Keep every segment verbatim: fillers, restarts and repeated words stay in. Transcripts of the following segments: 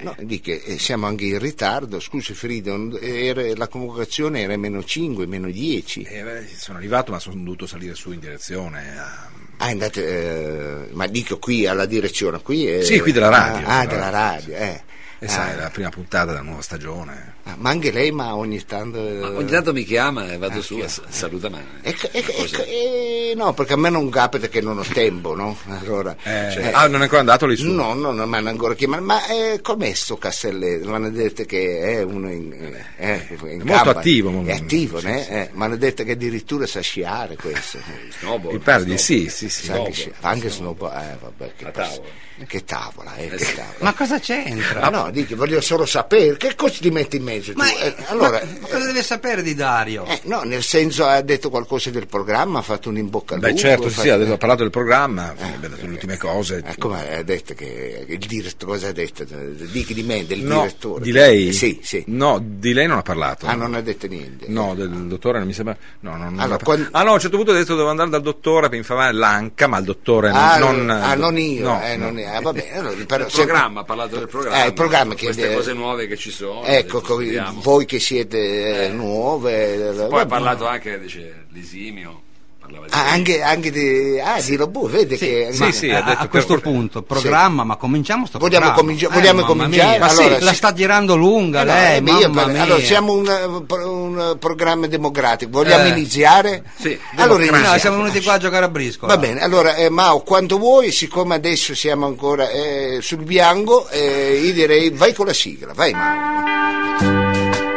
No, dico, eh, siamo anche in ritardo, scusi Frido, era, la convocazione era meno cinque, meno dieci. Eh, beh, sono arrivato ma sono dovuto salire su in direzione a... Ah, andate, eh, ma dico qui alla direzione, qui è, sì, qui della radio. Ah, ah della radio, eh. E sai, è la prima puntata della nuova stagione. Ah, ma anche lei, ma ogni tanto... Ma ogni tanto mi chiama e vado ah, su e saluta me. E, e, e, e, no, perché a me non capita che non ho tempo, no? Allora, eh, cioè, ah, non è ancora andato lì su? No, no, non mi hanno ancora chiamato. Ma eh, com'è sto Castelletto? Mi hanno detto che è uno in, eh, in è molto gamba. attivo. Molto, è attivo, sì, né? sì. Eh, mi hanno detto che addirittura sa sciare questo. Il padre, sì, sì, sì. Anche, anche snowboard, eh, vabbè, che, tavola. che tavola, eh, che tavola. Ma cosa c'entra? Ah, no, dico, voglio solo sapere, che cosa ti metti in mezzo tu? Ma, Eh, allora, ma cosa deve sapere di Dario? Eh, no, nel senso ha detto qualcosa del programma, ha fatto un in bocca al lupo. Beh, certo, sì, fatto... ha, detto, ha parlato del programma, eh, beh, eh, le ultime cose. Ecco, ma ha detto che il direttore, cosa ha detto? Dichi di me, del no, direttore. Di lei? Sì, sì. No, di lei non ha parlato. Ah, non ha detto niente. No, del dottore non mi sembra. No, non, allora, non quando... Ah no, a un certo punto ha detto devo andare dal dottore per infamare l'anca, ma il dottore ah, non. Ah, non io, no, eh, no. non io. Ah, vabbè, allora, però, il programma, ha parlato del programma. Eh, il programma che queste cose nuove che ci sono. Ecco, voi che siete eh, nuove. Poi vabbè. Ha parlato anche, dice, l'esimio. Ah, anche, anche di, ah, di robot, vede sì, che sì, ma, sì, a, ha detto a questo che... punto programma, sì. Ma cominciamo sto vogliamo cominci- vogliamo eh, cominciare ma allora, sì, la sta girando lunga eh, lei, no, eh, mamma per, mia. Allora siamo un, un programma democratico, vogliamo eh. iniziare? Sì, allora no, siamo venuti qua a giocare a briscola. Va bene, allora eh, Mao, quanto vuoi, siccome adesso siamo ancora eh, sul bianco, eh, io direi vai con la sigla, vai Mao.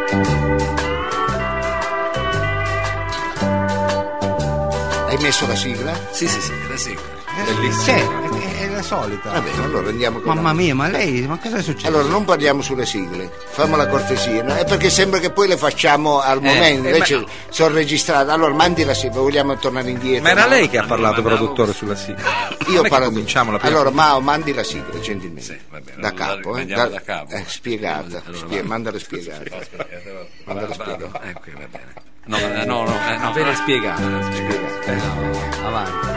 Hai messo la sigla? Sì, sì, sì, la sigla. Bellissima. C'è, è, è la solita. Va bene, allora andiamo con Mamma la... mia, ma lei, ma cosa è successo? Allora non parliamo sulle sigle, fammo la cortesia, no? È perché sembra che poi le facciamo al eh, momento, invece eh, ma... sono registrate. Allora mandi la sigla, vogliamo tornare indietro. Ma era no? lei che ha parlato, però, dottore, sulla sigla. Io parlo. Cominciamo la prima. Allora, Mao, mandi la sigla, gentilmente. Sì, va bene, da capo, la, eh? Da, da capo. Eh, spiegata, allora, spie- mandala spiegata. Mandala spiegata. Ecco, va bene. No, no, no, eh, no, viene spiegata. spiegata. Eh, no, avanti.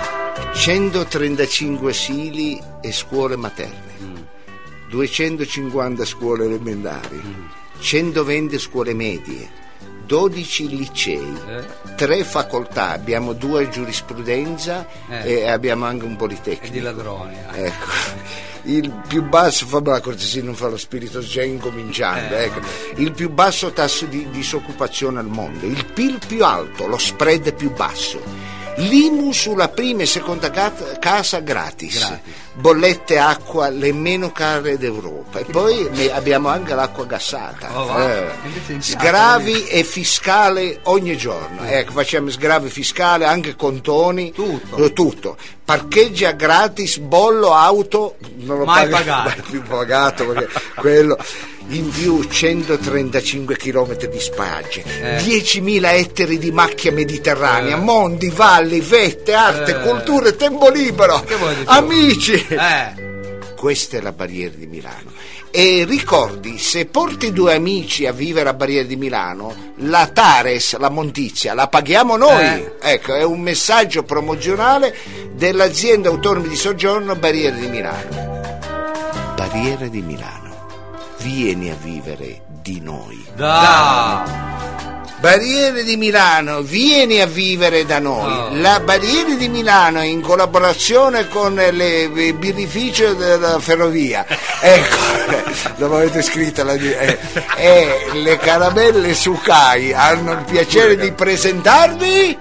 centotrentacinque asili e scuole materne, mm. duecentocinquanta scuole elementari, mm. centoventi scuole medie, dodici licei, eh. tre facoltà, abbiamo due giurisprudenza eh. e abbiamo anche un politecnico. E di ladroni. Eh. Ecco. Il più basso, fammi la cortesia, non fa lo spirito, già incominciando, eh, ecco. Il più basso tasso di disoccupazione al mondo, il P I L più alto, lo spread più basso, l'I M U sulla prima e seconda casa gratis, gratis. Bollette acqua le meno care d'Europa e poi abbiamo anche l'acqua gassata, oh, wow. eh. Sgravi e fiscale ogni giorno, eh. Ecco, facciamo sgravi fiscale, anche contoni, tutto, eh, tutto. Parcheggia gratis, bollo, auto non l'ho mai pagato, pagato, mai più pagato perché quello. In più centotrentacinque chilometri di spiagge, eh. diecimila ettari di macchia mediterranea, eh. monti, valli, vette, arte, eh. culture, tempo libero, amici. Eh. Questa è la Barriera di Milano. E ricordi, se porti due amici a vivere a Barriera di Milano, la Tares, la Montizia, la paghiamo noi. Eh. Ecco, è un messaggio promozionale dell'azienda autonomi di soggiorno Barriera di Milano. Barriera di Milano. Vieni a vivere di noi. Da. Barriere di Milano, vieni a vivere da noi. Oh. La Barriere di Milano in collaborazione con le birrificio della ferrovia. Ecco, dove avete scritto la eh, eh, le caramelle Sukai hanno il piacere di presentarvi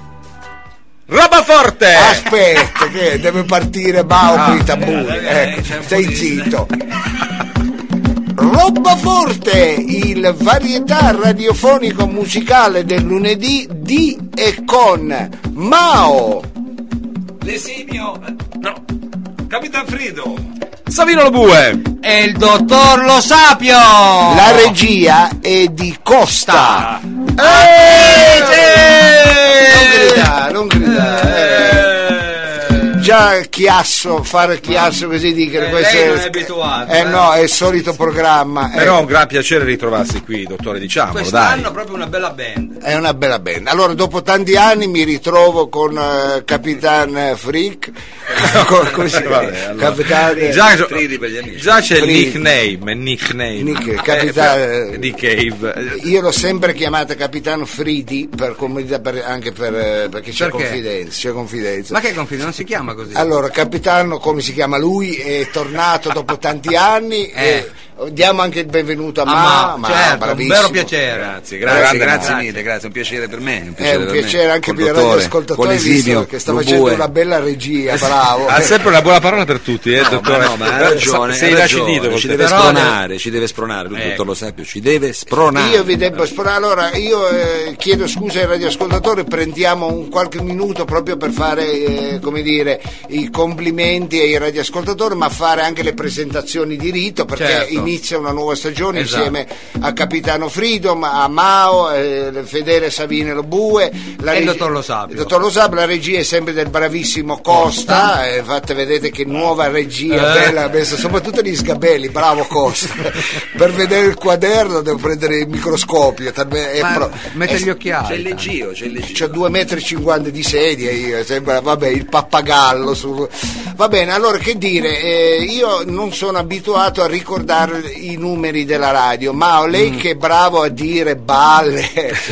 Roba forte! Aspetta, che deve partire Mao con i tamburi. Ecco, stai zitto. Roba forte, il varietà radiofonico musicale del lunedì di e con Mao, l'esimio, no, Capitan Frido, Savino Lobue e il dottor Lo Sapio. La regia è di Costa. Eh, non gridare, non gridare. Eh. Già fare chiasso, fare chiasso così dicono. Eh, questo lei non è abituato, Eh, eh. no, è il solito programma. Però è eh. un gran piacere ritrovarsi qui, dottore, diciamolo, Quest'anno dai. proprio una bella band. È una bella band. Allora, dopo tanti anni mi ritrovo con uh, Capitan Freak. con, come si chiama? Vabbè, allora. Capitan Già, Fridi per gli amici. già c'è il Fridi. nickname, il nickname. Nick- Capitan- eh, di Cave. Io l'ho sempre chiamata Capitano Fridi per comodità, per- anche per, eh, perché c'è Perché? confidenza, c'è confidenza. Ma che confido, non si chiama così? Allora, Capitano, come si chiama lui, è tornato dopo tanti anni. Eh. E diamo anche il benvenuto a Ah, Ma, ma, Ma, certo, un bravissimo. vero piacere. Grazie, grazie, Grande grazie Mario. mille, grazie, è un piacere per me. Un È piacere, un per me. piacere anche Col per i dottore, radioascoltatori, con l'esimio, visto che sta Lubue. facendo una bella regia, bravo. Ha sempre una buona parola per tutti, eh, No, dottore. ma no, ma ha ragione, sei ha ragione, inacidito con ci te. deve Però- spronare, ci deve spronare, lui, Ecco. dottor Lo Sapio, ci deve spronare. Io vi devo sperare. Allora, io eh, chiedo scusa ai radioascoltatori, prendiamo un qualche minuto proprio per fare, eh, come dire, i complimenti ai radioascoltatori, ma fare anche le presentazioni di rito, perché Certo. inizia una nuova stagione Esatto. insieme a Capitano Freedom, a Mao, eh, Fedele Savino Lobue, la E il regi- dottor Lo Sapio. il dottor Lo Sapio, la regia è sempre del bravissimo Costa, eh, infatti vedete che nuova regia Eh. bella, ha messo soprattutto gli sgabelli, bravo Costa. Per vedere il quaderno devo prendere il microscopio, talme- è Ma pro- mette è- gli occhiali. C'è il leggio, c'è il leggio. C'ho due metri e cinquanta di sedia, io, sembra, vabbè, il pappagallo sul... Va bene, allora che dire, eh, io non sono abituato a ricordare i numeri della radio, ma lei Mm. che è bravo a dire balle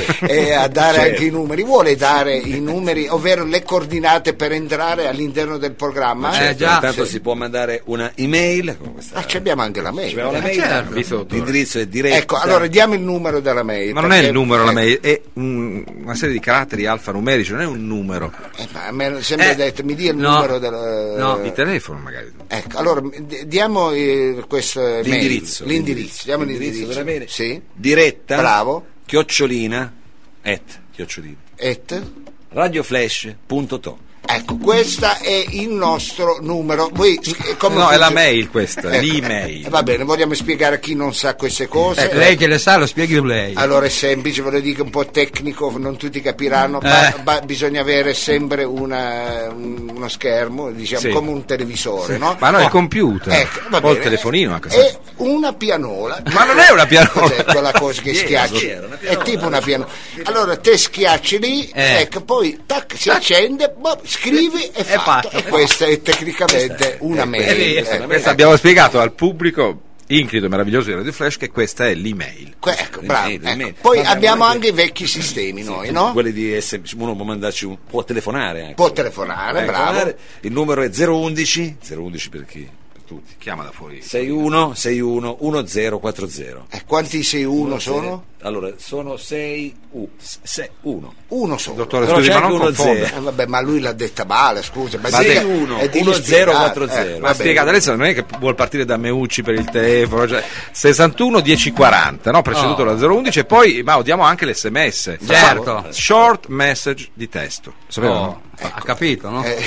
e a dare Certo. anche i numeri, vuole dare i numeri, ovvero le coordinate per entrare all'interno del programma? Eh, Certo, già. intanto Sì. si può mandare una email con questa. Ah, ci abbiamo anche la mail. Ci abbiamo la Eh, mail, certo. Visto, dottore. l'indirizzo è diretto. Ecco, allora diamo il numero della mail. Ma non è perché- il numero la eh, mail, è un- una serie di caratteri alfanumerici, non è un numero. eh, ma a me è sempre Eh, detto, mi dia il no, numero del... no. Di telefono magari. Ecco, allora d- diamo eh, questo mail. L'indirizzo. L'indirizzo, diamo L'indirizzo l'indirizzo. della mail. Sì. Diretta. Bravo. Chiocciolina. Et. Chiocciolina. Et. radioflash punto to. Ecco, questo è il nostro numero. Voi, eh, come No, è la funziona? mail questa, Ecco, l'email. eh, va bene, vogliamo spiegare a chi non sa queste cose. Eh, lei che le sa lo spieghi lei. Allora è semplice, ve lo dico un po' tecnico, non tutti capiranno, ma, Eh. ma bisogna avere sempre una- un- uno schermo, diciamo Sì. come un televisore, no? Ma no, Oh, il computer, ecco, va o il bene. telefonino anche se- E una pianola. Ma non è una pianola. Cos'è quella cosa che Chi era? schiacci? Chi era? Una È pianola? tipo una pianola. Allora te schiacci lì, Eh. ecco, poi tac, si accende, boh, scrivi e È fatto. fatto. E questa è tecnicamente una mail. è vero, Ecco. Questa abbiamo spiegato al pubblico inclito e meraviglioso di Radio Flash che questa è l'email. Que- ecco, bravo. L'email, ecco. l'email. Poi Vabbè, abbiamo non è anche i vecchi sistemi noi, no? Quelli di S M S, uno può mandarci un, può telefonare anche. Può telefonare, Eh, bravo. telefonare. Il numero è zero undici zero undici per chi? Per tutti. Chiama da fuori. sei uno sei uno uno zero quattro zero. Eh, quanti sei uno sono? Allora, sono sei U, uno. Uno solo. Dottore, Però scusi, c'è ma non anche uno confonda. zero. Eh, vabbè, ma lui l'ha detta male, scusa. Ma Ma dica- sei uno, eh, digli uno zero spiegare, quattro eh, zero. Ma vabbè. spiegate adesso, non è che vuol partire da Meucci per il telefono, cioè sessantuno dieci quaranta, no? Preceduto Oh. da zero undici e poi ma diamo anche l'esse emme esse. Certo. Short message di testo. Sapete, Oh, no? ha capito, no? Eh,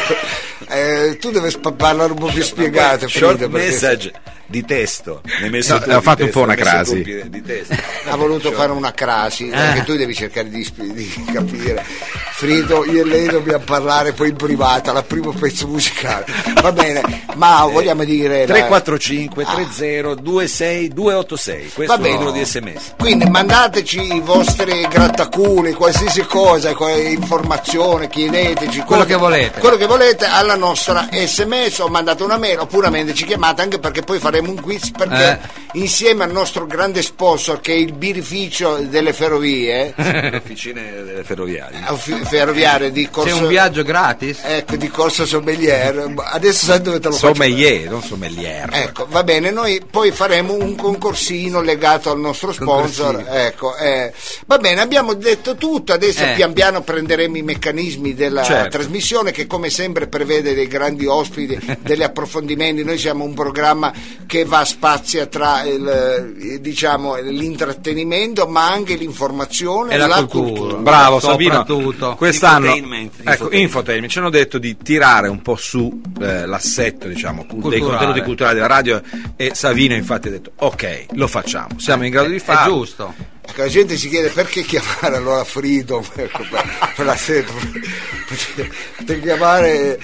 eh, tu devi sp- parlare un po' più spiegato. Short Frida, perché message di testo. Ne hai messo No, tu ha di fatto un testo, po' una hai messo crasi. tu Di testo. ha voluto fare una crasi, Eh. anche tu devi cercare di, sp- di capire. Frido, io e lei dobbiamo parlare poi in privato, alla primo pezzo musicale. Va bene, ma vogliamo dire... la- tre quattro cinque tre zero due sei due otto sei. Questo Va è il bene. numero di S M S. Quindi mandateci i vostri grattaculi, qualsiasi cosa, qua- informazione, chiedeteci Quello che volete. quello che volete alla nostra S M S o mandate una mail oppure ci chiamate, anche perché poi faremo un quiz, perché Eh. insieme al nostro grande sponsor che è il birrificio delle ferrovie Le officine delle ferroviarie. fi- ferroviarie di C'è Corso un viaggio gratis? ecco, di Corso Sommelier, adesso sai dove te lo faccio. Sommelier, non sommelier. Ecco, va bene, noi poi faremo un concorsino legato al nostro sponsor. Concorsino. Ecco, eh, va bene, abbiamo detto tutto, adesso Eh. pian piano prenderemo i meccanismi della Certo. trasmissione, che come sempre prevede dei grandi ospiti, degli approfondimenti. Noi siamo un programma che va a spazio tra il, eh, diciamo, l'intrattenimento, ma anche l'informazione E la cultura. cultura. Bravo Savino, Soprattutto. quest'anno Infotainment, ecco, infotainment. infotainment, ci hanno detto di tirare un po' su eh, l'assetto, diciamo, cul- dei Culturale. contenuti culturali della radio, e Savino infatti ha detto ok, lo facciamo, siamo in grado di È farlo. giusto. Ecco, la gente si chiede perché chiamare allora Freedom, ecco, per, per la sera, potete chiamare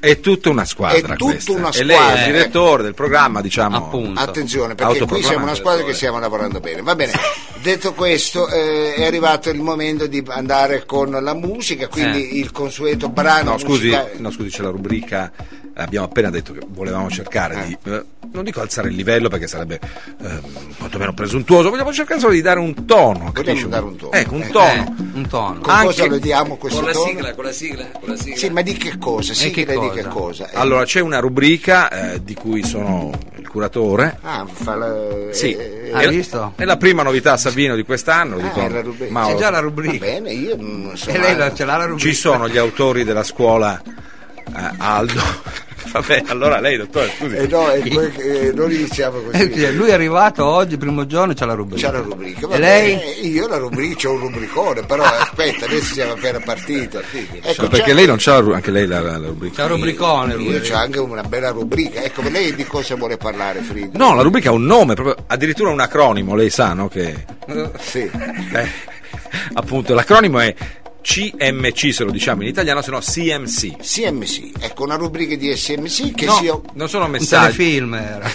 è tutta una squadra. È tutta questa. una E lei è squadra. il direttore del programma, diciamo. Appunto. Attenzione, perché qui siamo una squadra che stiamo lavorando bene. Va bene, detto questo, eh, è arrivato il momento di andare con la musica, quindi Eh. il consueto brano No, scusi, musicale. no, scusi, c'è la rubrica. Abbiamo appena detto che volevamo cercare di, eh, non dico alzare il livello perché sarebbe eh, quantomeno presuntuoso, vogliamo cercare solo di dare un tono. capisci? dare un tono. Ecco, un Eh, tono. Eh, un tono. Con anche- cosa lo diamo questo Con la tono? sigla, con la sigla, con la sigla. Sì, ma di che cosa? E Sigla che di cosa? che cosa? Eh, Allora, c'è una rubrica eh, di cui sono il curatore. ah, fa la, Sì, eh, Hai è, visto? è la prima novità a Savino di quest'anno. ah, dico, è la rubrica. Mao, C'è già la Va rubrica. bene, io non so. E lei mai. la- ce l'ha la rubrica. ci sono gli autori della scuola eh, Aldo. Vabbè, allora lei, dottore, scusi. Eh no, è quel che- eh, non iniziamo Eh, così. Lui è arrivato oggi, primo giorno, c'ha la rubrica. C'è la rubrica. Va E lei? bene, io la rubrica, c'ho un rubricone, però aspetta, adesso siamo appena partiti. Ecco, No, perché c'è- lei non c'ha la ru- anche lei la, la- la rubrica. C'ha un rubricone lui. Io c'ho anche una bella rubrica. Ecco, lei di cosa vuole parlare, Frida? No, la rubrica ha un nome, proprio, addirittura un acronimo, lei sa, no? Che Sì. eh, appunto l'acronimo è C M C, se lo diciamo in italiano, se no C M C. C M C, ecco una rubrica di S M C che No, si o- non sono Un messaggi. telefilm era.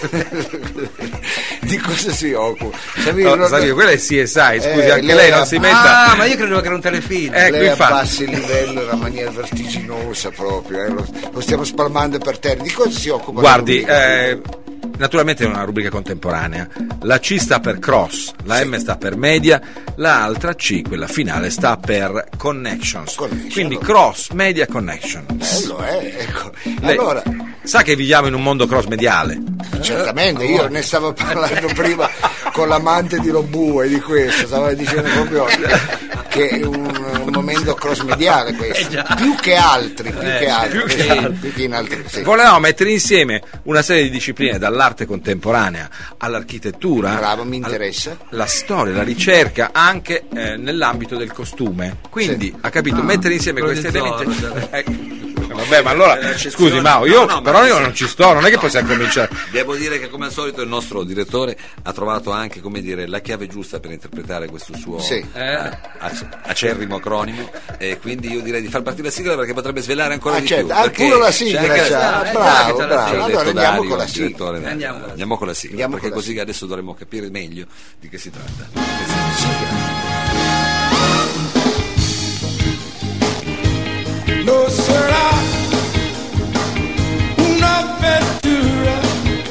di cosa si occupa? Sapevi, No, non- Savio, quella è C S I, scusi, Eh, anche lei lei non ha- si metta. Ah, ma io credevo che era un telefilm. Eh, lei infatti. abbassa il livello in una maniera vertiginosa proprio, eh, lo, lo stiamo spalmando per terra. Di cosa si occupa? la Guardi, rubrica? eh, naturalmente è una rubrica contemporanea. La C sta per cross, la M sta per media, l'altra C, quella finale, sta per connections. Connection. Quindi cross, media, connection. Bello, eh? Ecco. Lei Allora, sa che viviamo in un mondo cross mediale. certamente, io ne stavo parlando prima con l'amante di Lobue di questo, stavo dicendo proprio che è un, un momento cross mediale questo, più che altri, più che altri, più che sì, altri. più che in altri, sì. Volevamo mettere insieme una serie di discipline, dall'arte contemporanea all'architettura, Bravo, mi interessa. la storia, la ricerca, anche eh, nell'ambito del costume. Quindi, ha capito, mettere insieme quello questi di elementi. Zorro, Eh, vabbè, ma allora, L'eccezione- scusi Mao, io No, no, però ma- io non ci sto, non è che possiamo cominciare. Devo dire che come al solito il nostro direttore ha trovato anche, come dire, la chiave giusta per interpretare questo suo Sì. eh, ac- acerrimo acronimo, e quindi io direi di far partire la sigla perché potrebbe svelare ancora Ah, di certo, più. ah, perché pure la c'è sigla anche c'ha. la- Ah, eh, bravo, c'ha la bravo. sigla. L'ha Allora detto andiamo Dario, con la il sigla. direttore, dai, Andiamo. andiamo con la sigla, Andiamo perché con la così sigla. adesso dovremo capire meglio di che si tratta. No sarà un'avventura.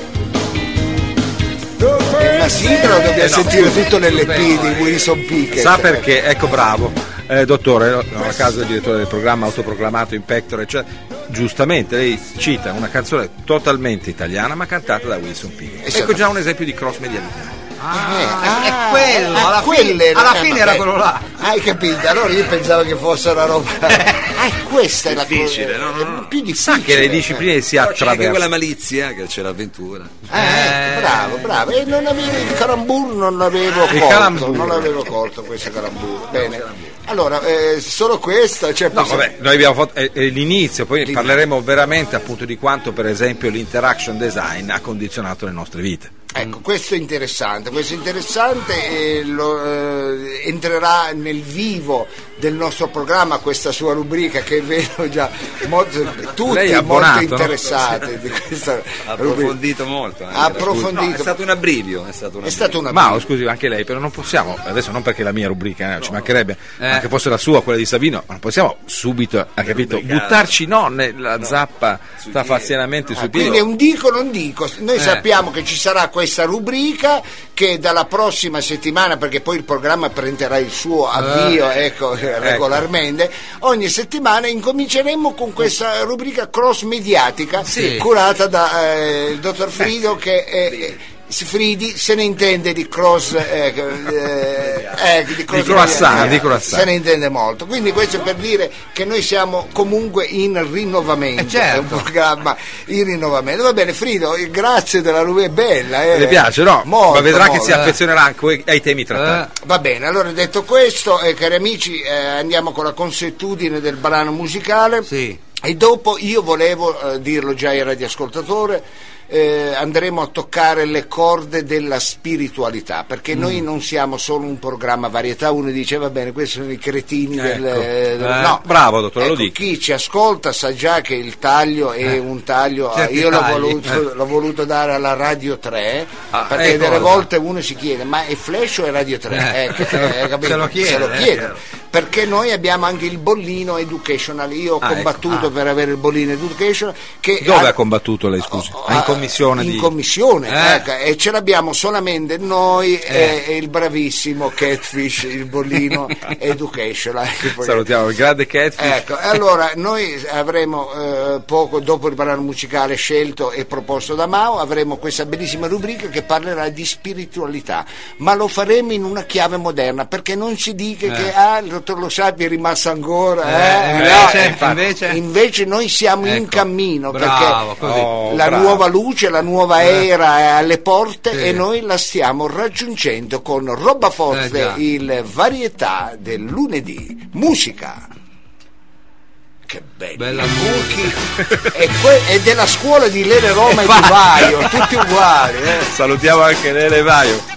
La sigla lo dobbiamo no. sentire tutto nell'E P di Wilson Pickett. Sa perché? Ecco, bravo. Eh, dottore, no, non a caso il direttore del programma autoproclamato in pectore, cioè, giustamente lei cita una canzone totalmente italiana ma cantata da Wilson Pickett. Esatto. Ecco già un esempio di cross medialità. Ah, Eh, è quello, alla quello fine, alla eh, fine vabbè. era quello là. Hai capito? Allora io pensavo che fosse una roba. Ah, questa è la Difficile, cosa. no, no, no. È più difficile. Sa che le discipline si Però c'è anche attraversano. quella malizia, che c'è l'avventura. Eh, ecco, bravo, bravo. E non avevo il calambur, non l'avevo Il colto. calambur. Non l'avevo colto questo calambur. Bene. Allora, eh, solo questa. Cioè, No, possiamo- vabbè, noi abbiamo fatto è, è l'inizio, poi L'inizio. parleremo veramente appunto di quanto per esempio l'interaction design ha condizionato le nostre vite. Ecco, questo è interessante, questo è interessante e lo, eh, entrerà nel vivo del nostro programma questa sua rubrica che vedo già molto, tutti Lei è molto abbonato, no? interessati di questa Ha rubrica. approfondito molto. anche Ha la- approfondito. No, è stato un abbrivio. È stato un È stato una Ma scusi, anche lei, però non possiamo, adesso non perché è la mia rubrica, eh, ci mancherebbe, Eh. anche fosse la sua, quella di Savino, ma non possiamo subito, ha capito, rubricare. buttarci no nella zappa sui strafazianamente sui Ah, quindi è piedi. un dico non dico, noi Eh. sappiamo che ci sarà questa rubrica che dalla prossima settimana, perché poi il programma prenderà il suo avvio ecco, regolarmente, ogni settimana incominceremo con questa rubrica cross mediatica Sì. curata da eh, il dottor Frido che è, Fridi se ne intende di cross, eh, eh, eh, di cross Di croissant, mediatica. di croissant. Se ne intende molto, quindi questo è per dire che noi siamo comunque in rinnovamento, Eh, certo. è un programma in rinnovamento. Va bene, Frido, grazie della rubrica, è bella, eh. Le piace, no? Molto, ma vedrà che molto. si affezionerà anche ai temi trattati. Eh, Va bene, allora detto questo, eh, cari amici, eh, andiamo con la consuetudine del brano musicale. sì. E dopo io volevo eh, dirlo già ai radioascoltatori, eh, andremo a toccare le corde della spiritualità, perché mm. noi non siamo solo un programma varietà. Uno dice va bene, questi sono i cretini ecco. del, del eh, no, bravo dottore, ecco, lo dico. Chi ci ascolta sa già che il taglio è eh. un taglio, Certi io l'ho tagli. voluto, eh. l'ho voluto dare alla Radio tre, ah, perché ecco, delle guarda. volte uno si chiede ma è Flash o è Radio tre? Eh. Ecco, eh, capito? Se lo chiede, Se lo eh, chiedono. chiaro. Perché noi abbiamo anche il bollino educational. Io ho Ah, combattuto ecco. ah. per avere il bollino educational. Che Dove ha, ha combattuto lei, scusi? Oh, Ah, in commissione in di... commissione, Eh. ecco, e ce l'abbiamo solamente noi Eh. e, e il bravissimo Catfish, il bollino educational. Salutiamo il grande Catfish. Ecco, e allora noi avremo eh, poco dopo il brano musicale scelto e proposto da Mao, avremo questa bellissima rubrica che parlerà di spiritualità, ma lo faremo in una chiave moderna, perché non si dica Eh. che ah, il dottor Lo Sapio è rimasto ancora, Eh, eh, invece, no, infatti, invece? invece noi siamo in Ecco, cammino, bravo, perché così. Oh, la bravo. nuova luce, la nuova Eh. era è alle porte Sì. e noi la stiamo raggiungendo con Roba Eh, Forte, già. il varietà del lunedì. Musica. Che bello. Bella e, que- e della scuola di Lele Roma e di Vaio, tutti uguali. Eh. Salutiamo anche Lele Vaio.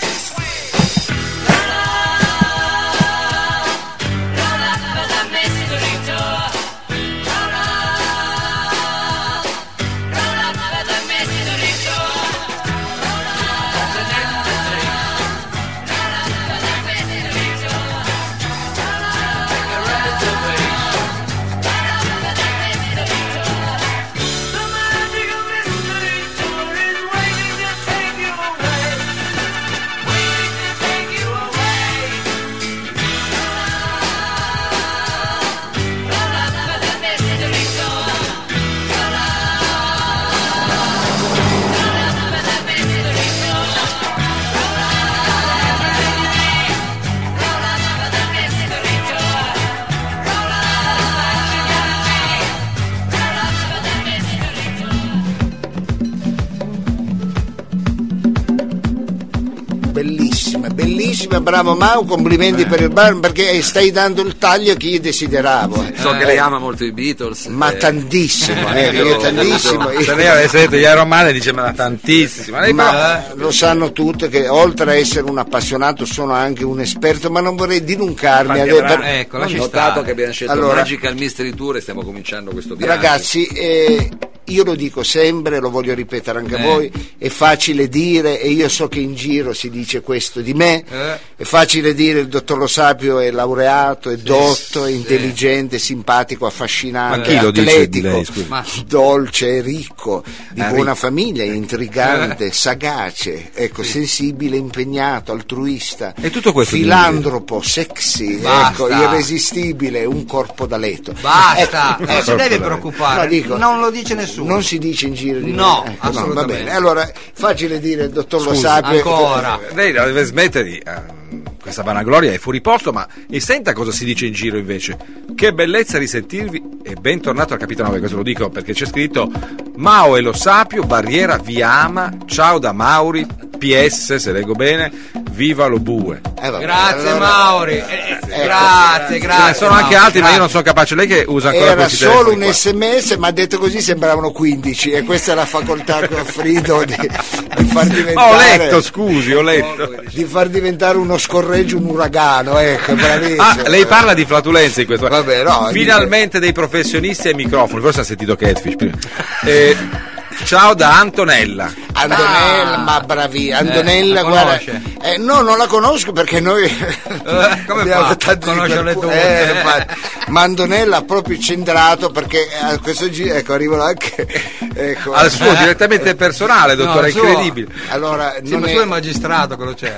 Bellissima, bellissima, bravo Mau, complimenti Eh. per il bar, perché stai dando il taglio che io desideravo. eh. So che lei ama molto i Beatles. Ma eh, tantissimo, eh, io- io tantissimo. io- Se lei avesse detto gli Iron Man dice ma tantissimo. Lei però- Ma lo sanno tutti che oltre a essere un appassionato sono anche un esperto, ma non vorrei dilungarmi. Infatti, ade- avrà- per- Ecco, Ho lasci notato stare. che abbiamo scelto Allora- Magical Mystery Tour e stiamo cominciando questo viaggio. Ragazzi, eh, io lo dico sempre, lo voglio ripetere anche a Eh. voi, è facile dire, e io so che in giro si dice questo di me, Eh. è facile dire il dottor Lo Sapio è laureato, è dotto, è intelligente, simpatico, affascinante, Ma chi lo dice di atletico, lei, scusi? Ma- dolce, ricco, di Ah, buona ricco. famiglia, intrigante, Eh. sagace, ecco, sensibile, impegnato, altruista, E tutto questo filantropo, sexy, Basta. ecco, irresistibile, un corpo da letto. Basta, Ecco, non si ecco. deve preoccupare, No, dico- non lo dice nessuno. Non si dice in giro di No, me. Ecco, va assolutamente. bene. Allora, facile dire il dottor Lo Scusi, Sapio. ancora. Lei deve smettere di... eh, questa vanagloria è fuori posto, ma e senta cosa si dice in giro invece. Che bellezza risentirvi e bentornato al capitolo nove, questo lo dico perché c'è scritto Mao e Lo Sapio, Barriera vi ama, ciao da Mauri, P S se leggo bene, viva lo bue. Eh, vabbè, Grazie allora, Mauri, eh, ecco, grazie, Ce grazie. ne sono anche Mauri, altri, ma io non grazie. sono capace. Lei che usa ancora Era questi solo telefoni un qua. sms, ma detto così sembravano quindici, e questa è la facoltà che ho offrito di, di far Ma diventare ho letto, scusi, ho letto. di far diventare uno scorreggio un uragano, ecco, bravissimo. Ah, lei parla di flatulenze in questo Vabbè, no, finalmente dei professionisti ai microfoni, forse ha sentito Catfish prima. Eh, ciao da Antonella. Antonella, Ah. ma bravi, Antonella, Eh, la guarda, conosce? eh, no, non la conosco perché noi come abbiamo fa? tanti di Conoscerle quel- tutte, eh, eh. infatti. Ma Antonella ha proprio centrato, perché a questo giro, ecco, arrivano anche ecco, Al suo direttamente personale, dottore, No, è al suo. incredibile. allora Sì, non ma è, tu è magistrato che lo c'è.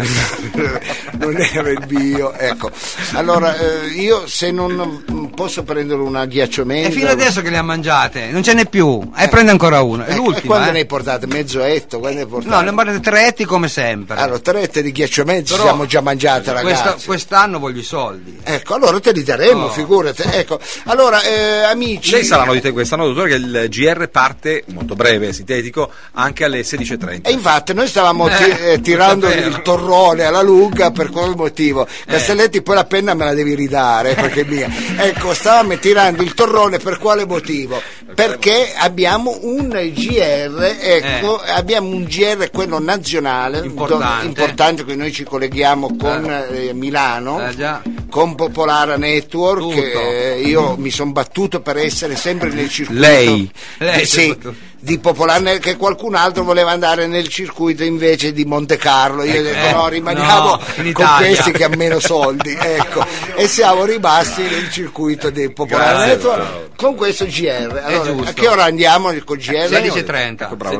non era il mio, ecco. Allora eh, io se non mm, posso prendere una ghiacciomenda, E fino adesso che le ha mangiate, non ce n'è più. E prende ancora una. È eh, l'ultima. quando eh. ne hai portate? Mezzo etto? Quando ne hai portate? No, ne mandate tre etti come sempre. Allora, tre ette di ghiacciomezzi Però siamo già mangiate, ragazzi. Questa- quest'anno voglio i soldi. Ecco, allora te li daremo, Oh. figurati. Ecco, allora, eh, amici. Lei sa la notizia di quest'anno, dottore, che il G R parte, molto breve e sintetico, anche alle sedici e trenta. E infatti noi stavamo ti- Eh, eh, tirando lo sapevo. il torrone alla lunga per quel motivo. Castelletti, poi la penna me la devi ridare perché è mia. Ecco, stavamo tirando il torrone per quale motivo? perché abbiamo un G R, ecco, eh. abbiamo un G R, quello nazionale, importante, importante che noi ci colleghiamo con eh. Eh, Milano, eh, già. con Popolara Network, eh, io mi sono battuto per essere sempre nel circuito. Lei? Lei eh, sì, di Popolara, che qualcun altro voleva andare nel circuito invece di Monte Carlo. Io ho detto eh, no, rimaniamo no, con questi che hanno meno soldi, ecco, e siamo rimasti nel circuito di Popolara Network con questo G R. Allora, a che ora andiamo con G R? sedici e trenta. Bravo,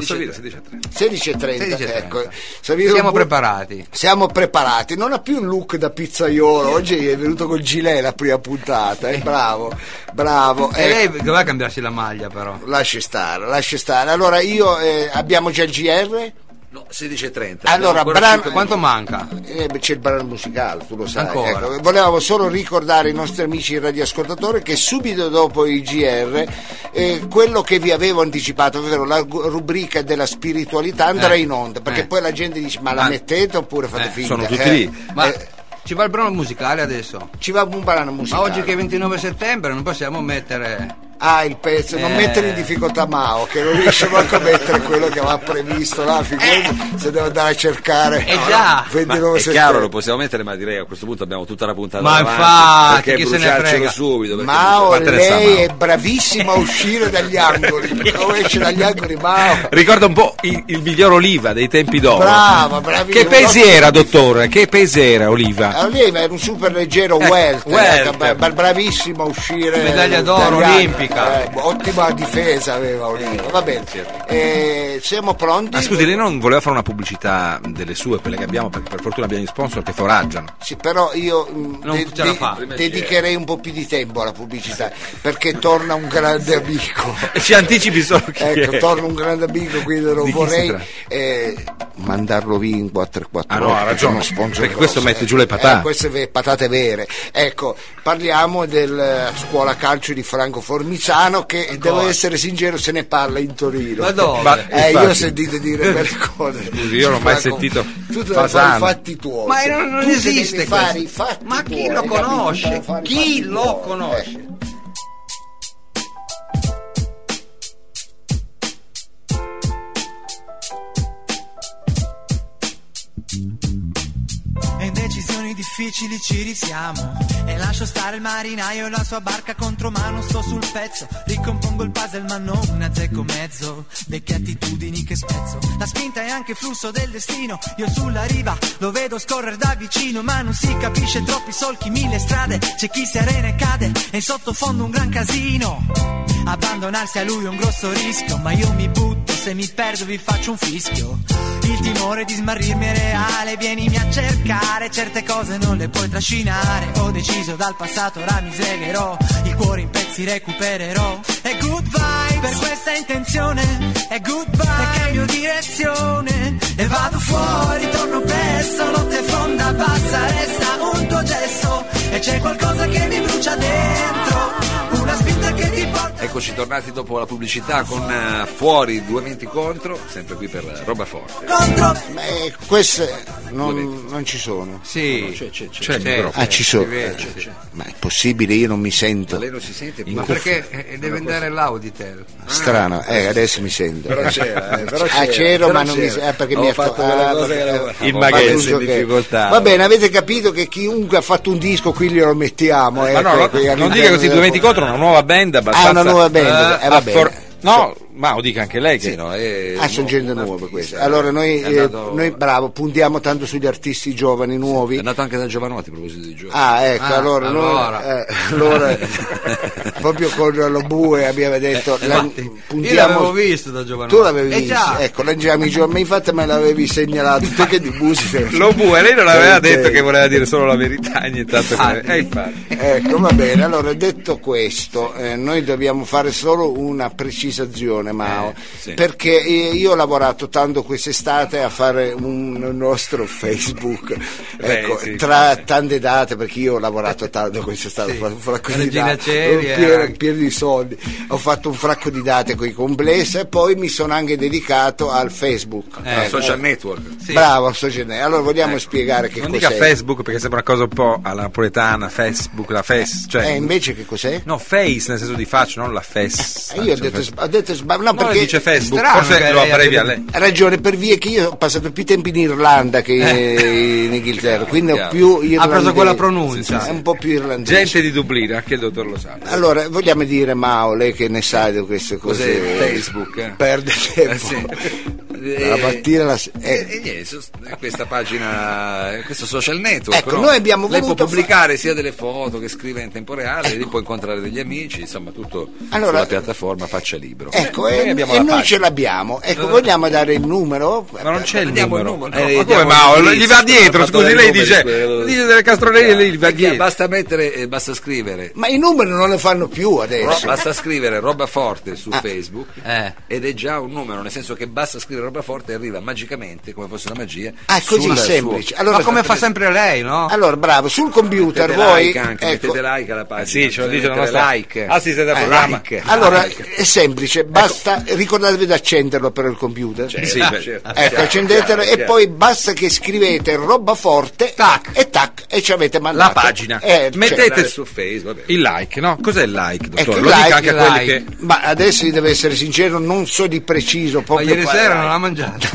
sedici e trenta, ecco. Siamo preparati. Siamo preparati. Non ha più un look da pizzaiolo. Oggi è venuto col gilet la prima puntata. Eh? Bravo, bravo. E ecco. Lei doveva cambiarsi la maglia, però. Lasci stare, lasci stare. Allora io eh, abbiamo già il G R. No, sedici e trenta. Allora, brano, quanto manca? Eh, c'è il brano musicale, tu lo sai. Ecco, volevamo solo ricordare ai nostri amici radioascoltatori che subito dopo il G R eh, quello che vi avevo anticipato, ovvero la rubrica della spiritualità, andrà eh. in onda, perché eh. poi la gente dice ma la mettete oppure fate eh. finta? Sono tutti eh. lì. Ma eh. ci va il brano musicale adesso? Ci va un brano musicale. Ma oggi che è ventinove settembre non possiamo mettere... Ah, il pezzo, non eh. mettere in difficoltà Mao, che non riesce manco a mettere quello che aveva previsto là, figurati, eh. se deve andare a cercare. Eh già, ma è chiaro, lo possiamo mettere, ma direi a questo punto abbiamo tutta la puntata ma davanti, infatti, perché chi se ne frega subito. Mao, lei è bravissima a uscire dagli angoli, come esce dagli angoli Mao. Ricorda un po' il, il miglior Oliva dei tempi d'oro. Brava, bravissima. Che paese era, dottore? Che paese era Oliva? Oliva era un super leggero eh, welter, welter. Eh, bravissima a uscire. Medaglia d'oro olimpica. Eh, ottima difesa aveva Oliva. Va bene, eh, siamo pronti? Ma scusi, lei non voleva fare una pubblicità delle sue, quelle che abbiamo, perché per fortuna abbiamo gli sponsor che foraggiano. Sì, però io non de- ce la de- fa. dedicherei un po' più di tempo alla pubblicità, perché torna un grande amico. Ci anticipi solo chi ecco, è. torna un grande amico, quindi non vorrei eh, mandarlo via in quattro e quattro. Ah no, ha ragione, perché questo mette giù le patate. Eh, queste ve- patate vere. Ecco, parliamo del uh, scuola calcio di Franco Formizano, che ancora, devo essere sincero, se ne parla in Torino. Ma dove? Ma, eh, io ho sentito dire quelle cose. Scusi, io non ho mai sentito. Tu devi fare i fatti tuoi. Ma non, non esiste fare i fatti ma chi tuoi, lo conosce? Chi lo tuoi. conosce? Eh. E in decisioni difficili ci risiamo e lascio stare il marinaio e la sua barca contro mano, sto sul pezzo, ricompongo il puzzle ma non un azzecco mezzo, vecchie attitudini che spezzo, la spinta è anche flusso del destino, io sulla riva lo vedo scorrere da vicino ma non si capisce, troppi solchi, mille strade, c'è chi si arena e cade e in sottofondo un gran casino, abbandonarsi a lui è un grosso rischio ma io mi butto, se mi perdo vi faccio un fischio, il timore di smarrirmi è reale, vienimi a cercare, certe cose non le puoi trascinare, ho deciso dal passato ora mi segherò, il cuore in pezzi recupererò, e good vibes per questa intenzione, e goodbye e cambio direzione, e vado fuori, torno presto, notte fonda, bassa, resta un tuo gesto, e c'è qualcosa che mi brucia dentro, una spinta che ti porta. Eccoci tornati dopo la pubblicità con uh, Fuori due venti contro, sempre qui per uh, Roba Forte. Contro. Ma eh, queste non, non ci sono. Sì, c'è, c'è, c'è, c'è, c'è. Ah, ci sono. C'è, c'è, c'è. Ma è possibile, io non mi sento. Ma lei non si sente? Ma perché eh, deve andare l'Auditel? Strano, eh, adesso mi sento. Però c'era, eh, però ah, c'era, c'ero, però ma non mi c'era. eh, perché Ho mi ha fatto ah, quella cosa perché, che avevo- il avevo maghetto fatto in un difficoltà. Va bene, avete capito che chiunque ha fatto un disco qui glielo mettiamo. Ma ecco, no, no, qui non dica così, due venti contro una nuova band abbastanza. Ah, una nuova band, eh, va affor- bene. No, ma dica anche lei che Sì, no, è Ah, sono mo- gente un nuova artista, questa. Allora noi, è eh, andato- noi bravo, puntiamo tanto sugli artisti giovani, nuovi. È andato anche da Giovanotti a proposito di giovani. Ah, ecco, Ah, allora, allora. Noi, eh, allora proprio con lo Bue abbiamo detto Eh, la- infatti, io puntiamo. l'avevo visto da giovane. Tu l'avevi eh, visto, già. ecco, lanciamo i giovani, ma infatti me l'avevi segnalato, te che di musica. lo bue, lei non aveva Sì, detto sì. che voleva dire solo la verità, nient'altro Ah, che... Eh, infatti. Ecco, va bene, allora detto questo, eh, noi dobbiamo fare solo una precisazione. ragione Mao, Eh, sì. perché io ho lavorato tanto quest'estate a fare un nostro Facebook, Beh, ecco, sì, tra sì. tante date, perché io ho lavorato tanto quest'estate, Sì. ho fatto un fracco di Regina date, Coeli, pieno, era- pieno di soldi, ho fatto un fracco di date con i complessi e poi mi sono anche dedicato al Facebook. Eh, Ah, Ecco. social network. Sì. Bravo, social network. Allora vogliamo Ecco. spiegare che Non cos'è? dica Facebook perché sembra una cosa un po' alla napoletana, Facebook, la fes, cioè Eh, invece che cos'è? no, face nel senso di faccia, non la fes. Eh, io ho detto, ho detto sba- no, no, perché dice Facebook, strano forse che lo lei abbrevi a abbia- lei. ha ragione, per via che io ho passato più tempo in Irlanda che in Inghilterra, quindi ho chiaro. più irlandese. Ha preso quella pronuncia. È un po' più irlandese. Gente di Dublino, anche il dottor lo sa. Allora, vogliamo dire, Mao, lei che ne sa di queste cose? Cos'è Facebook? Eh? Perde tempo. Eh, sì. La mattina la s- E eh. e niente, so- questa pagina, questo social network. Ecco, no? noi abbiamo Lei può voluto pubblicare sia delle foto che scrive in tempo reale, lì può incontrare degli amici, insomma, tutto Allora- sulla piattaforma Faccia Libro. Ecco, Noi e, abbiamo e la noi pagina. ce l'abbiamo. Ecco, vogliamo dare il numero? Ma non c'è il Andiamo al numero. numero. No, Eh, ma diamo come Mao? l'indirizzo, Gli va dietro, ha fatto scusi, dei lei numeri, dice, quello- dice delle castronerie, lei gli va Perché dietro. basta mettere, eh, basta scrivere. Ma i numeri non le fanno più Ro- adesso. basta scrivere roba forte su Ah. Facebook Eh. ed è già un numero, nel senso che basta scrivere roba forte e arriva magicamente, come fosse una magia. Ah, è così sul semplice. suo- Allora, Ma come fa sempre lei, no? allora, bravo, sul computer Mettete voi like anche, ecco, mettete like alla pagina. Sì, ce lo dice la Mettete nostra like. assistente del Eh, programma. like. allora Like. è semplice, basta ricordatevi di accenderlo per il computer. Certo, Sì, certo. certo. Ecco, Chiaro, accendetelo chiaro, e chiaro. poi basta che scrivete roba forte Tac. e tac e ci avete mandato La pagina. Eh, Mettete- cioè, Andare su Facebook, vabbè. Il like, no? Cos'è il like, dottore? Ecco, il lo like, dica anche a il quelli like. che... ma adesso io devo essere sincero, non so di preciso Ma proprio ieri qual- sera non l'ha mangiata.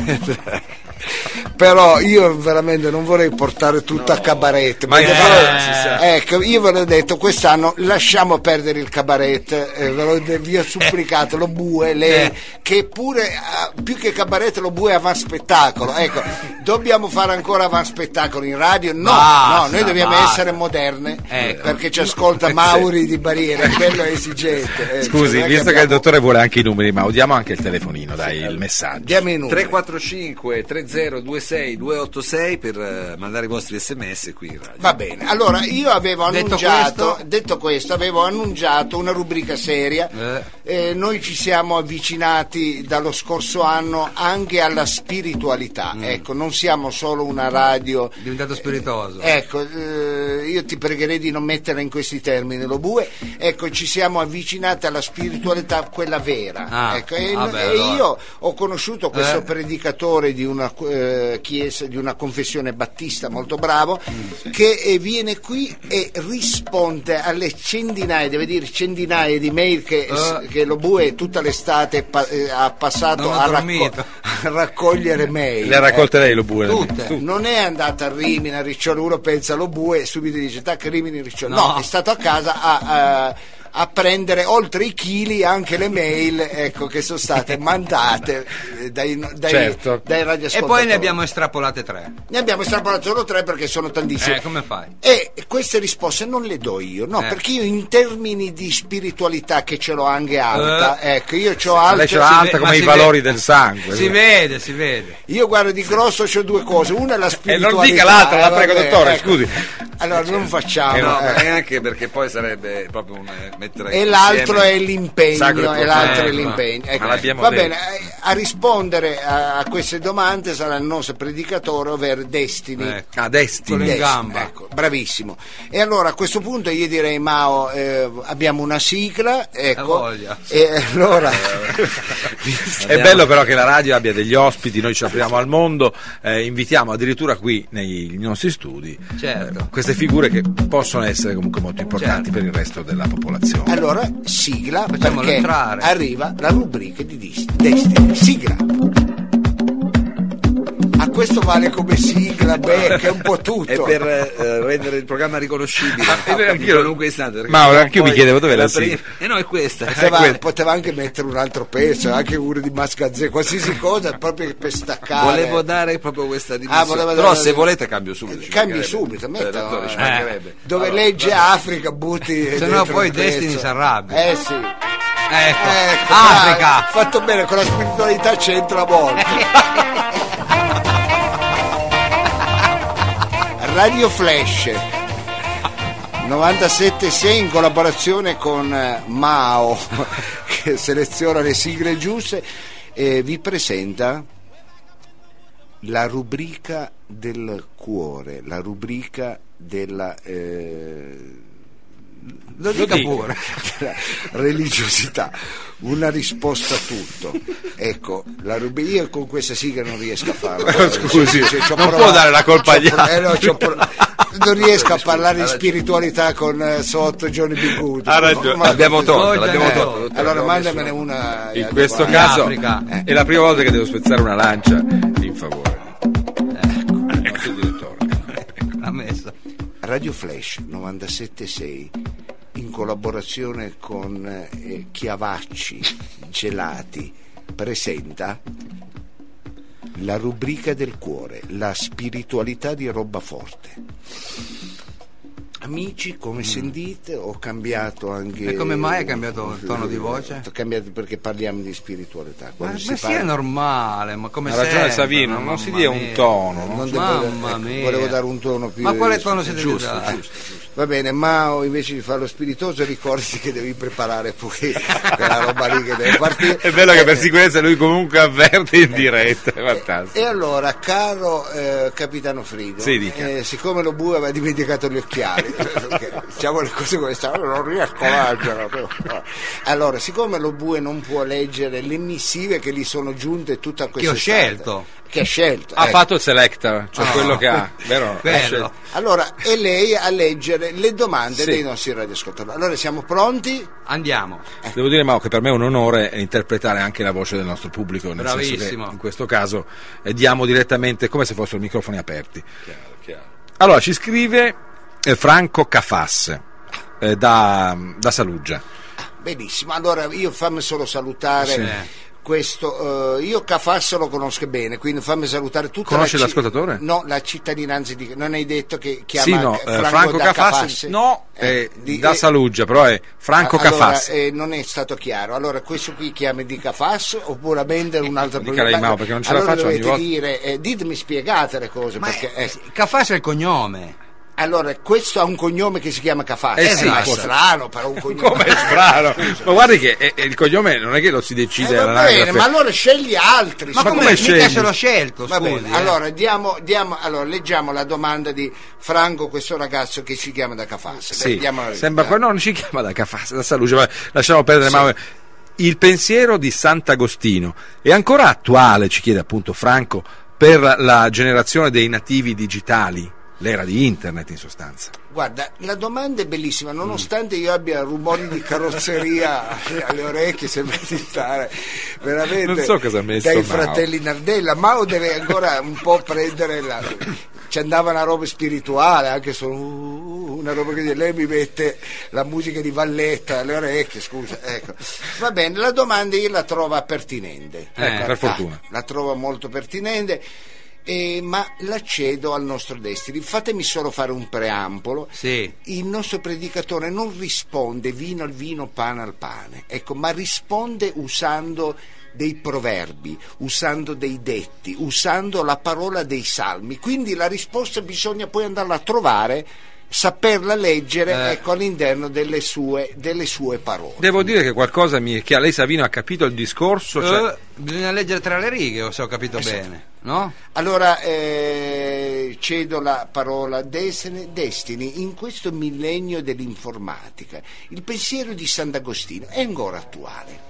però io veramente non vorrei portare tutto a cabaret, Ma perché eh, però- si sa. ecco, io ve l'ho detto, quest'anno lasciamo perdere il cabaret, eh, ve l'ho de- vi ho supplicato, lo bue, lei, Eh. che pure ah, più che cabaret lo bue è avanti spettacolo, ecco, dobbiamo fare ancora avanti spettacolo in radio? No, Basta, no, noi dobbiamo basta. essere moderne, Ecco. perché ci ascolta Mauri di Barriera, quello è esigente. eh, Scusi, cioè, non è visto che il abbiamo- dottore vuole anche i numeri, ma diamo anche il telefonino, dai, il messaggio. Diamo i numeri. tre quattro cinque tre zero due sei due otto sei per eh, mandare i vostri sms qui in radio. Va bene, allora io avevo Detto annunciato, questo- detto questo, avevo annunciato una rubrica seria. Eh. Eh, noi ci siamo avvicinati dallo scorso anno anche alla spiritualità. Mm. Ecco, non siamo solo una radio. È diventato spiritoso. Ecco, eh, io ti pregherei di non metterla in questi termini, lo bue. Ecco, ci siamo avvicinati alla spiritualità, quella vera. Ah, ecco, e, vabbè, e allora. io ho conosciuto questo Eh. predicatore di una eh, chiesa, di una confessione battista molto bravo, che eh, viene qui e risponde alle centinaia, deve dire centinaia di mail che, Eh. che lo bue tutta l'estate pa- eh, ha passato Non ho a, racco- dormito. a raccogliere mail. Le ha raccolte lei lo bue? Tutte. Non è andata a Rimini, a Ricciolo, uno pensa lo bue e subito dice tac Rimini, Ricciolo. No. No, è stato a casa a, a- a prendere oltre i chili anche le mail, ecco, che sono state mandate eh, dai, dai, Certo. dai E radioascoltatori. poi ne abbiamo estrapolate tre. Ne abbiamo estrapolato solo tre perché sono tantissime. Eh, come fai? E queste risposte non le do io, no, Eh. perché io in termini di spiritualità, che ce l'ho anche alta, ecco, io ho alta. Lei ce l'ha si alta ve- come ma i si valori vede- del sangue. Si vede, si vede. Io guardo di grosso c'ho due cose, una è la E spiritualità. non dica l'altra, la eh, prego, vabbè, dottore, ecco. scusi. Allora non facciamo. Eh no, eh. ma neanche perché poi sarebbe proprio un eh, mettere E l'altro insieme- è l'impegno, Sacro e l'altro è Ecco. l'impegno. Ecco. Ma l'abbiamo Va detto. bene, eh, a rispondere a, a queste domande sarà il nostro predicatore, ovvero Destiny. Ecco. Ah, Destiny. Solo in Destiny, gamba. ecco, bravissimo. E allora a questo punto io direi Mao, eh, abbiamo una sigla, ecco. Ha voglia. E allora È bello però che la radio abbia degli ospiti, noi ci apriamo al mondo, eh, invitiamo addirittura qui nei nostri studi Certo. eh, queste figure che possono essere comunque molto importanti Certo. per il resto della popolazione. allora sigla Facciamolo perché entrare. arriva la rubrica di Dis- Destiny. Sigla. A questo vale come sigla, beh, che è un po' tutto. È per eh, rendere il programma riconoscibile Ma- in anch'io- qualunque istante. perché Mauro, sennò anch'io mi poi chiedevo dov'è la prima- sigla. E no, è questa. Poteva, quello. poteva anche mettere un altro pezzo, anche uno di Mascazze, qualsiasi cosa proprio per staccare. Volevo dare proprio questa dimensione. Ah, voleva Però dare- se volete cambio subito. ci Cambi mancherebbe. subito, Eh, metta, dottore, ci eh. mancherebbe. Dove Allora, legge vabbè. Africa butti Se no dentro poi il pezzo. Destiny si arrabbia. Eh sì. Ecco. Ecco, Africa. dai, fatto bene, con la spiritualità c'entra molto. Radio Flash novantasette virgola sei in collaborazione con eh, Mao, che seleziona le sigle giuste, e vi presenta la rubrica del cuore, la rubrica della eh, Lo dica pure. della religiosità, una risposta a tutto. Ecco, la rubrica, io con questa sigla non riesco a farlo. Scusi, Cioè, c'ho non provato- può dare la colpa agli c'ho pro- altri. eh, no, c'ho pro- non riesco a parlare di spiritualità con eh, sotto Johnny B. Good. Ha ragione. Ma- L'abbiamo tolta, l'abbiamo Eh, tolta. dottore, allora l'abbiamo mandamene messo- una In eh, questo adeguata. caso Africa. è la prima volta che devo spezzare una lancia in favore. Ecco, ecco il direttore. L'ha messa. Radio Flash novantasette sei, in collaborazione con eh, Chiavacci Gelati, presenta la rubrica del cuore, la spiritualità di roba forte. Amici, come sentite, ho cambiato anche. E come mai hai cambiato il tono di voce? Ho cambiato perché parliamo di spiritualità. Ma, Quando ma si sia parla- normale, ma come Ha ragione sempre, Savino, ma non si mamma dia un mia. tono, no? Non devo- Mamma ecco, mia. volevo dare un tono più. Ma quale tono siete giusto, dati? giusto, giusto. Va bene, ma invece di farlo spiritoso, ricordati che devi preparare poi quella roba lì che deve partire. È bello che per Eh, sicurezza lui comunque avverte in diretta, è fantastico. E allora, caro eh, capitano Frido, Sì, dica. eh, siccome lo bue aveva dimenticato gli occhiali, perché diciamo le cose come stanno, non riesco a leggere. però. Allora, siccome lo bue non può leggere le missive che gli sono giunte tutta questa Che ho estate, scelto. che ha scelto, Ha ecco. fatto il selector, cioè Ah. quello che ha, vero? Bello. Allora, è lei a leggere le domande Sì. dei nostri radioascoltatori. Allora, siamo pronti? Andiamo. Devo dire, Mao, che per me è un onore interpretare anche la voce del nostro pubblico, nel senso Bravissimo. che in questo caso eh, diamo direttamente come se fossero microfoni aperti. Allora, ci scrive eh, Franco Cafas eh, da, da Saluggia. Benissimo, allora io fammi solo salutare Sì. questo, eh, io Cafasso lo conosco bene, quindi fammi salutare tutta Conosci la ci- l'ascoltatore? No, la cittadinanza di... non hai detto che chiama Sì, no, eh, eh, Franco, Franco da Cafas, Cafasse? no, Eh, eh, di- da eh, Saluggia, però è Franco allora, Cafas. eh, non è stato chiaro. Allora, questo qui chiama di Cafasso oppure a vendere un altro Dica lei, Mao, perché non ce la allora faccio ogni dovete volta. dire, eh, ditemi, spiegate le cose, Ma perché... eh, Cafas è il cognome. allora, questo ha un cognome che si chiama Cafasso. Eh sì, ma è ora. strano, però un cognome. Come è strano! Ma guardi che eh, eh, il cognome non è che lo si Eh, decide va all'anagrafe. bene, ma allora scegli altri. Ma, scusa. come, come mica scegli? se l'ho scelto, Va scusi. bene, eh. allora, diamo, diamo, allora leggiamo la domanda di Franco, questo ragazzo che ci chiama da Cafasso. Sì, Diamo- sembra quello, non ci chiama da Cafas, da Saluggia, ma lasciamo perdere. Sì. Ma il pensiero di Sant'Agostino è ancora attuale, ci chiede appunto Franco, per la generazione dei nativi digitali, l'era di internet in sostanza. Guarda, la domanda è bellissima, nonostante io abbia rumori di carrozzeria alle orecchie, sembra di stare veramente Non so cosa ha messo dai Mao. fratelli Nardella. Mao deve ancora un po' prendere la... ci andava una roba spirituale, anche solo uh, una roba che lei mi mette la musica di Valletta alle orecchie, scusa, ecco. Va bene, la domanda io la trovo pertinente. Eh, per Ah, fortuna. La trovo molto pertinente. Eh, ma la cedo al nostro Destiny. Fatemi solo fare un preambolo. Sì. Il nostro predicatore non risponde vino al vino, pane al pane, ecco, ma risponde usando dei proverbi, usando dei detti, usando la parola dei salmi. Quindi la risposta bisogna poi andarla a trovare, saperla leggere, Eh. ecco, all'interno delle sue, delle sue parole. Devo dire che qualcosa mi che a lei Savino ha capito il discorso, cioè, Eh, bisogna leggere tra le righe, se ho capito bene, no? Allora eh, cedo la parola a Destiny. Destiny, in questo millennio dell'informatica, il pensiero di Sant'Agostino è ancora attuale?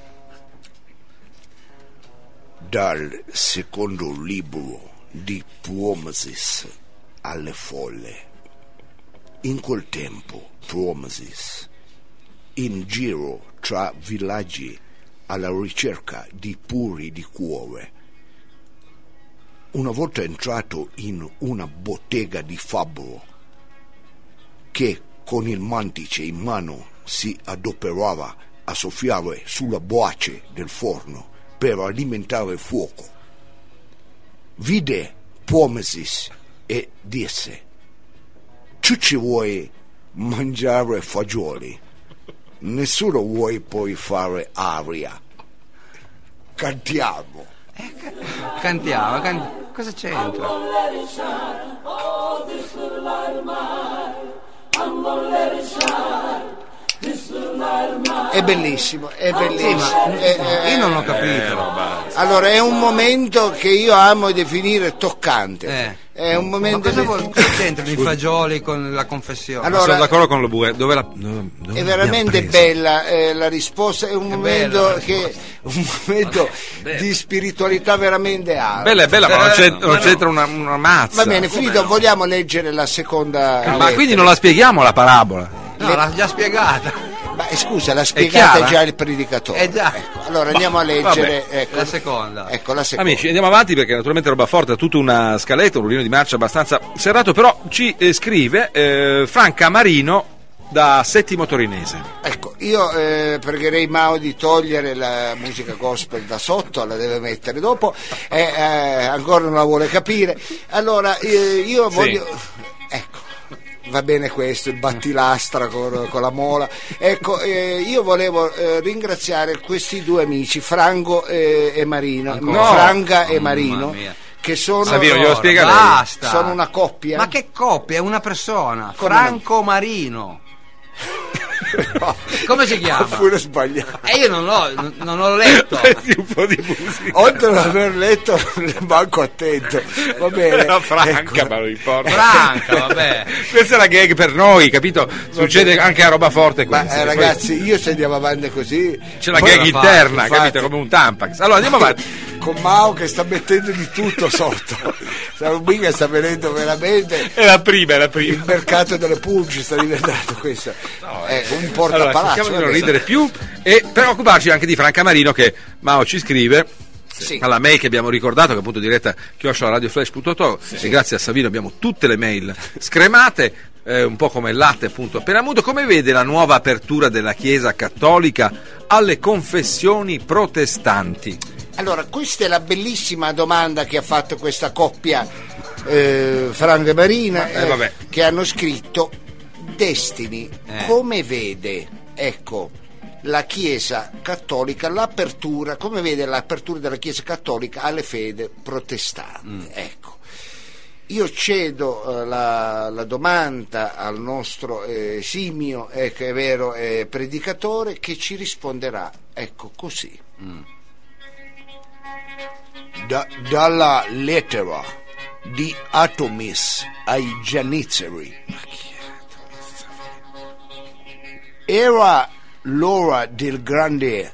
Dal secondo libro di Promesis alle folle. In quel tempo Promesis, in giro tra villaggi alla ricerca di puri di cuore, una volta entrato in una bottega di fabbro, che con il mantice in mano si adoperava a soffiare sulla boace del forno per alimentare il fuoco, vide Promesis e disse: tu ci vuoi mangiare fagioli, nessuno vuoi poi fare aria. Cantiamo. Cantiamo, can- cosa c'entra? I'm gonna let it shine. This little light È bellissimo, è bellissimo. È- è- Io non l'ho capito. Allora, è un momento che io amo definire toccante. Eh. È un Ma momento cosa di- vuol cosa c'entrano i fagioli con la confessione? Allora, sono d'accordo con lo Bue. Dove la, dove, dove è veramente l'abbiamo presa? bella eh, la risposta, è un momento bella la che un momento di spiritualità veramente alta. Bella è bella, ma non, c'è, non ma no. c'entra una, una mazza. Va bene, Frido, vogliamo leggere la seconda Ma lettera? quindi non la spieghiamo la parabola? No, l'ha già spiegata. Ma eh, scusa, l'ha spiegata chiara? già il predicatore. Eh già. Ecco, allora andiamo a leggere ecco, La seconda. ecco, la seconda. Amici, andiamo avanti perché naturalmente Roba Forte ha tutta una scaletta, un ruolino di marcia abbastanza serrato, però ci eh, scrive eh, Franca Marino da Settimo Torinese. Ecco, io eh, pregherei Mao di togliere la musica gospel da sotto, la deve mettere dopo, eh, eh, ancora non la vuole capire. Allora, eh, io voglio... Ecco, va bene questo, il battilastra con, con la mola. Ecco, eh, io volevo eh, ringraziare questi due amici, Franco eh, e Marino, No. Franca e Mamma Marino, mia. che sono... Savino, glielo Allora, spiega lei. Basta. Sono una coppia. Ma che coppia? È una persona. Come Franco Marino. No, Come si chiama? Oppure sbagliato. E io non l'ho, non l'ho letto. Metti un po' di musica. Oltre ad aver letto, manco attento. Va bene. Era Franca, Ecco. ma non importa. Franca, vabbè. Questa è la gag per noi, capito? Succede anche a Roba Forte Ma questa. eh, ragazzi, io se andiamo avanti così. C'è la poi- gag interna, infatti, capito? Come un Tampax. Allora andiamo avanti. Con Mao che sta mettendo di tutto sotto. La mica sta venendo veramente. È la prima, è la Il prima. mercato delle pulci sta diventando questo. È un portapalazzo. Allora, cerchiamo di non vabbè. ridere più e per occuparci anche di Franca Marino che Mao ci scrive Sì. alla mail che abbiamo ricordato, che appunto diretta chiocciola radioflash punto it e grazie a Savino abbiamo tutte le mail scremate, eh, un po' come il latte appunto appena muto. Come vede la nuova apertura della Chiesa Cattolica alle confessioni protestanti? Allora, questa è la bellissima domanda che ha fatto questa coppia eh, Franco e Marina Eh, vabbè. che hanno scritto Destiny, Eh. come vede, ecco, la Chiesa Cattolica, l'apertura, come vede l'apertura della Chiesa Cattolica alle fede protestanti, ecco. Io cedo eh, la, la domanda al nostro eh, simio, eh, che è vero eh, predicatore, che ci risponderà, ecco, così. Da- dalla lettera di Atomis ai Giannizzeri. Era l'ora del grande...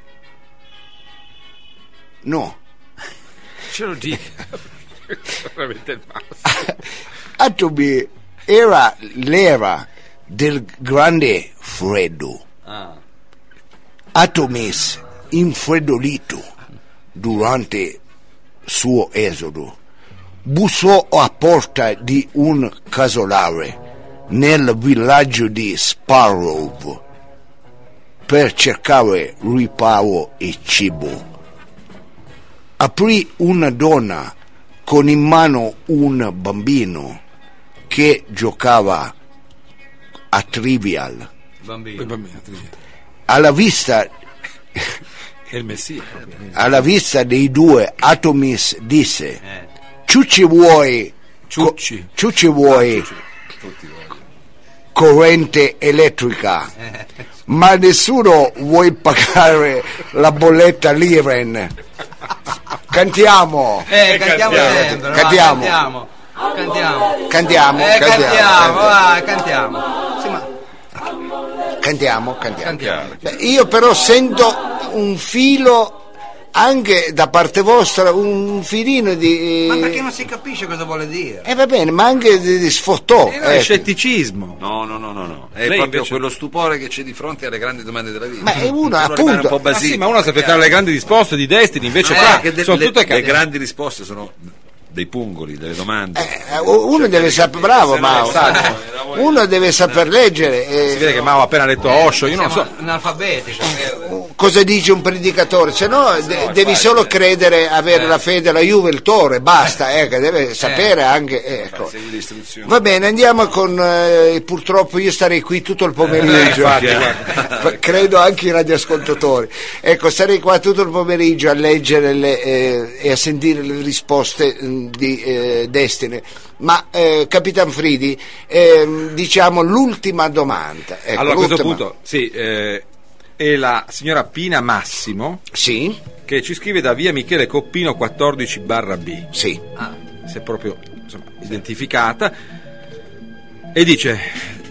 No. Ce lo dica. Veramente il mouse. Atomi era l'era del grande freddo. Ah. Atomis, infreddolito durante suo esodo, bussò a porta di un casolare nel villaggio di Sparrow per cercare riparo e cibo. Aprì una donna con in mano un bambino che giocava a Trivial. Bambino. Alla vista È il Messia. alla vista dei due, Atomis disse: Eh. Ciucci vuoi Ciucci. co- ciucci vuoi corrente elettrica, ma nessuno vuoi pagare la bolletta l'Iren. Cantiamo, Eh, cantiamo cantiamo. sempre. va, Cantiamo. Cantiamo. Cantiamo. cantiamo, Eh, cantiamo, cantiamo, va, cantiamo. Sì, ma cantiamo, cantiamo. cantiamo. Beh, io però sento un filo anche da parte vostra, un filino di Ma perché non si capisce cosa vuole dire? eh va bene, ma anche di, di sfottò, È ecco. scetticismo. No, no, no, no, no. È Lei proprio invece- quello stupore che c'è di fronte alle grandi domande della vita. Ma è uno, Uno appunto. rimane un po' Ma basito. sì, ma uno sa aspettare le grandi risposte di Destiny, invece Eh, qua che de- sono le, tutte le cagate. grandi risposte sono dei pungoli, delle domande. Eh, uno deve sapere, bravo se no Mao, è stato- uno deve saper leggere. Si vede eh, che Mao ha appena letto Osho, io non Siamo so. analfabetici. cosa dice un predicatore, se no de- devi solo credere, avere Eh. la fede alla Juve, il Tore, basta, ecco, deve sapere anche, ecco. Segui le istruzioni. Va bene, andiamo con, eh, purtroppo io starei qui tutto il pomeriggio, infatti, credo anche i radioascoltatori, ecco, starei qua tutto il pomeriggio a leggere le, eh, e a sentire le risposte mh, di eh, Destiny, ma eh, Capitan Fridi, eh, diciamo l'ultima domanda. Ecco, Allora a questo l'ultima. punto, sì, eh, è la signora Pina Massimo Sì, che ci scrive da via Michele Coppino quattordici barra B. sì. Si è proprio insomma, identificata e dice: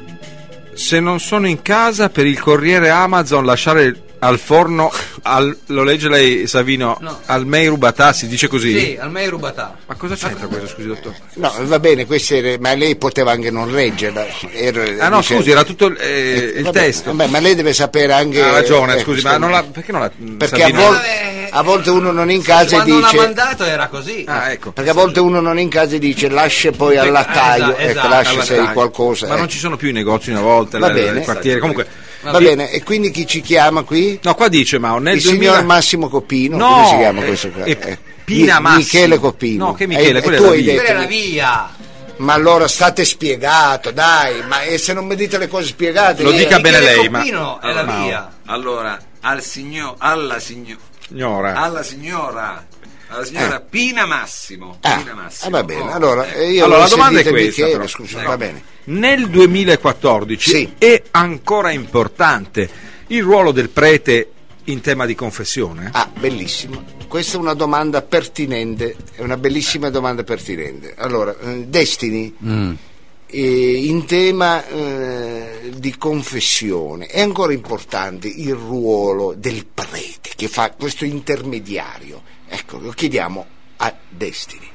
se non sono in casa, per il corriere Amazon lasciare al forno al, lo legge lei Savino, No. al Mei Rubatà, si dice così? Sì, al me rubatà. Ma cosa c'entra questo, scusi dottore? No, va bene, questo era- ma lei poteva anche non leggerla. Era- Ah no, dice- scusi, era tutto il, eh, il Vabbè, testo. vabbè, ma lei deve sapere anche. Ha ragione, eh, scusi, ecco, ma non la, perché non la perché a Savino- volte, a volte uno non è in casa e Quando l'ha dice. mandato era così. Ah, ecco. Perché a volte uno non è in casa e dice lascia poi al lattaio, esatto, ecco, esatto, lascia Alla se taglia. qualcosa. Ma eh. non ci sono più i negozi una volta, Va le- bene. le quartiere, comunque. Va bene, e quindi chi ci chiama qui? No, qua dice, ma nel Il duemila signor Massimo Coppino, No, come si chiama eh, questo qua? eh, Eh, Pina Mi- Massimo. Michele Coppino. No, che Michele, Eh, quella e è tu la hai via. detto- Quella è la via. Ma allora state spiegato, dai, ma e se non mi dite le cose spiegate? Lo io- dica bene Michele lei, ma- Coppino è la Allora, via. Allora, al signor, alla signora, Signora. alla signora, alla signora Pina Massimo. Ah, Pina Massimo. eh, va bene, Oh, allora eh. eh, io Allora, l'ho la domanda è sentito questa, Michele, però. scusa, Ecco. va bene. Nel duemilaquattordici Sì. è ancora importante il ruolo del prete in tema di confessione? Ah, bellissimo. Questa è una domanda pertinente, è una bellissima domanda pertinente. Allora, eh, Destiny, Mm. eh, in tema eh, di confessione, è ancora importante il ruolo del prete che fa questo intermediario. Ecco, lo chiediamo a Destiny.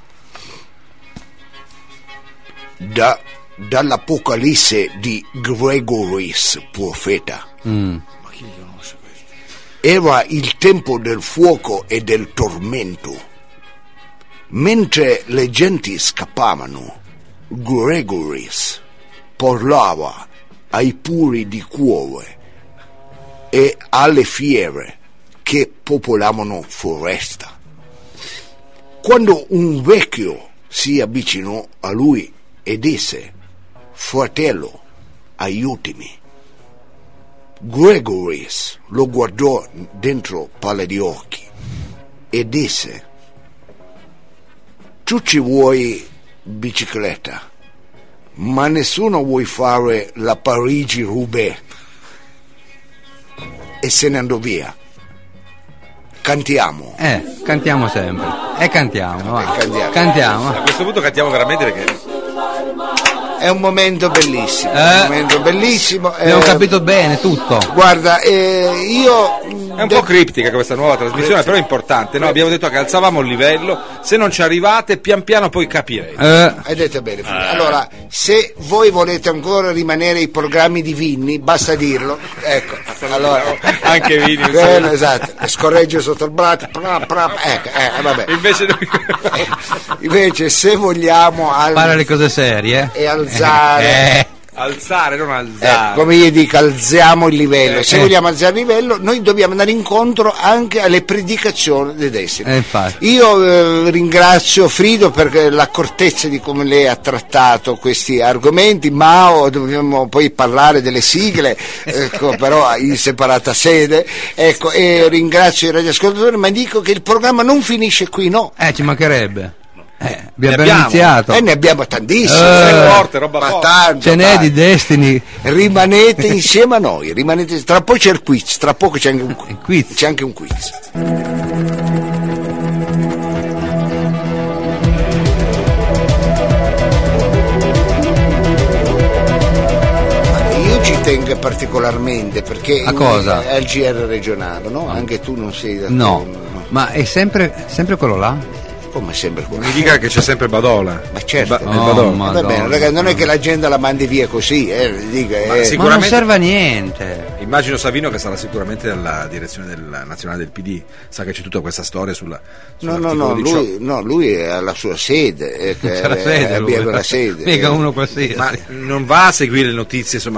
Da, dall'Apocalisse di Gregoris, profeta. Mm. Era il tempo del fuoco e del tormento. Mentre le genti scappavano, Gregoris parlava ai puri di cuore e alle fiere che popolavano foresta. Quando un vecchio si avvicinò a lui e disse: fratello, aiutami, Gregoris lo guardò dentro palle di occhi e disse: tu ci vuoi bicicletta, ma nessuno vuoi fare la Parigi-Roubaix. E se ne andò via. Cantiamo. Eh, cantiamo sempre. E cantiamo, va. cantiamo. Cantiamo. A questo punto cantiamo veramente perché È un momento bellissimo, Eh. un momento bellissimo. Abbiamo eh, capito bene tutto. Guarda, eh, io è un po' criptica questa nuova trasmissione, però è importante. Noi abbiamo detto che alzavamo il livello, se non ci arrivate pian piano poi capirete. Eh, Hai detto bene, Fabio. Allora, se voi volete ancora rimanere ai programmi di Vinni, basta dirlo. Ecco, allora, Anche Vini, quello, esatto, scorregge sotto il braccio, pra, pra, ecco, eh, vabbè. Invece noi- Invece, se vogliamo al- fare le cose serie. e alzare, Eh, alzare, non eh, alzare. come io dico, alziamo il livello. Se Eh. vogliamo alzare il livello, noi dobbiamo andare incontro anche alle predicazioni dei destini. Eh, infatti. Io eh, ringrazio Frido per l'accortezza di come lei ha trattato questi argomenti. Mao, dobbiamo poi parlare delle sigle, ecco, però in separata sede. Ecco, e ringrazio i radioascoltatori, ma dico che il programma non finisce qui, no. eh, ci mancherebbe. Eh, abbiamo Ne appena abbiamo. iniziato. E ne abbiamo tantissimi. Eh. eh, forte, roba ma forte. tanto, Ce n'è tanto. di Destiny. Rimanete insieme a noi, rimanete, tra poco c'è il quiz, tra poco c'è anche un Il quiz. C'è anche un quiz. Io ci tengo particolarmente perché A in- cosa? è il G R regionale, no? Anche tu non sei d'accordo. No, ma è sempre, sempre quello là? Come sempre quello. Mi dica che c'è sempre Badola. Ma certo. Ba- nel Oh, Badola. ma- Va bene, Madonna. ragazzi, non è che la gente la mandi via così, eh, dica, Ma eh. sì. Ma non Sicuramente- serve a niente. Immagino Savino che sarà sicuramente alla direzione del nazionale del P D, sa che c'è tutta questa storia sulla, No, no, sull'articolo no, diciotto. lui, no, lui è alla sua sede, eh, che C'è la è- sede. abbiamo lui. la sede. Mica eh. uno qualsiasi. Ma non va a seguire le notizie, insomma,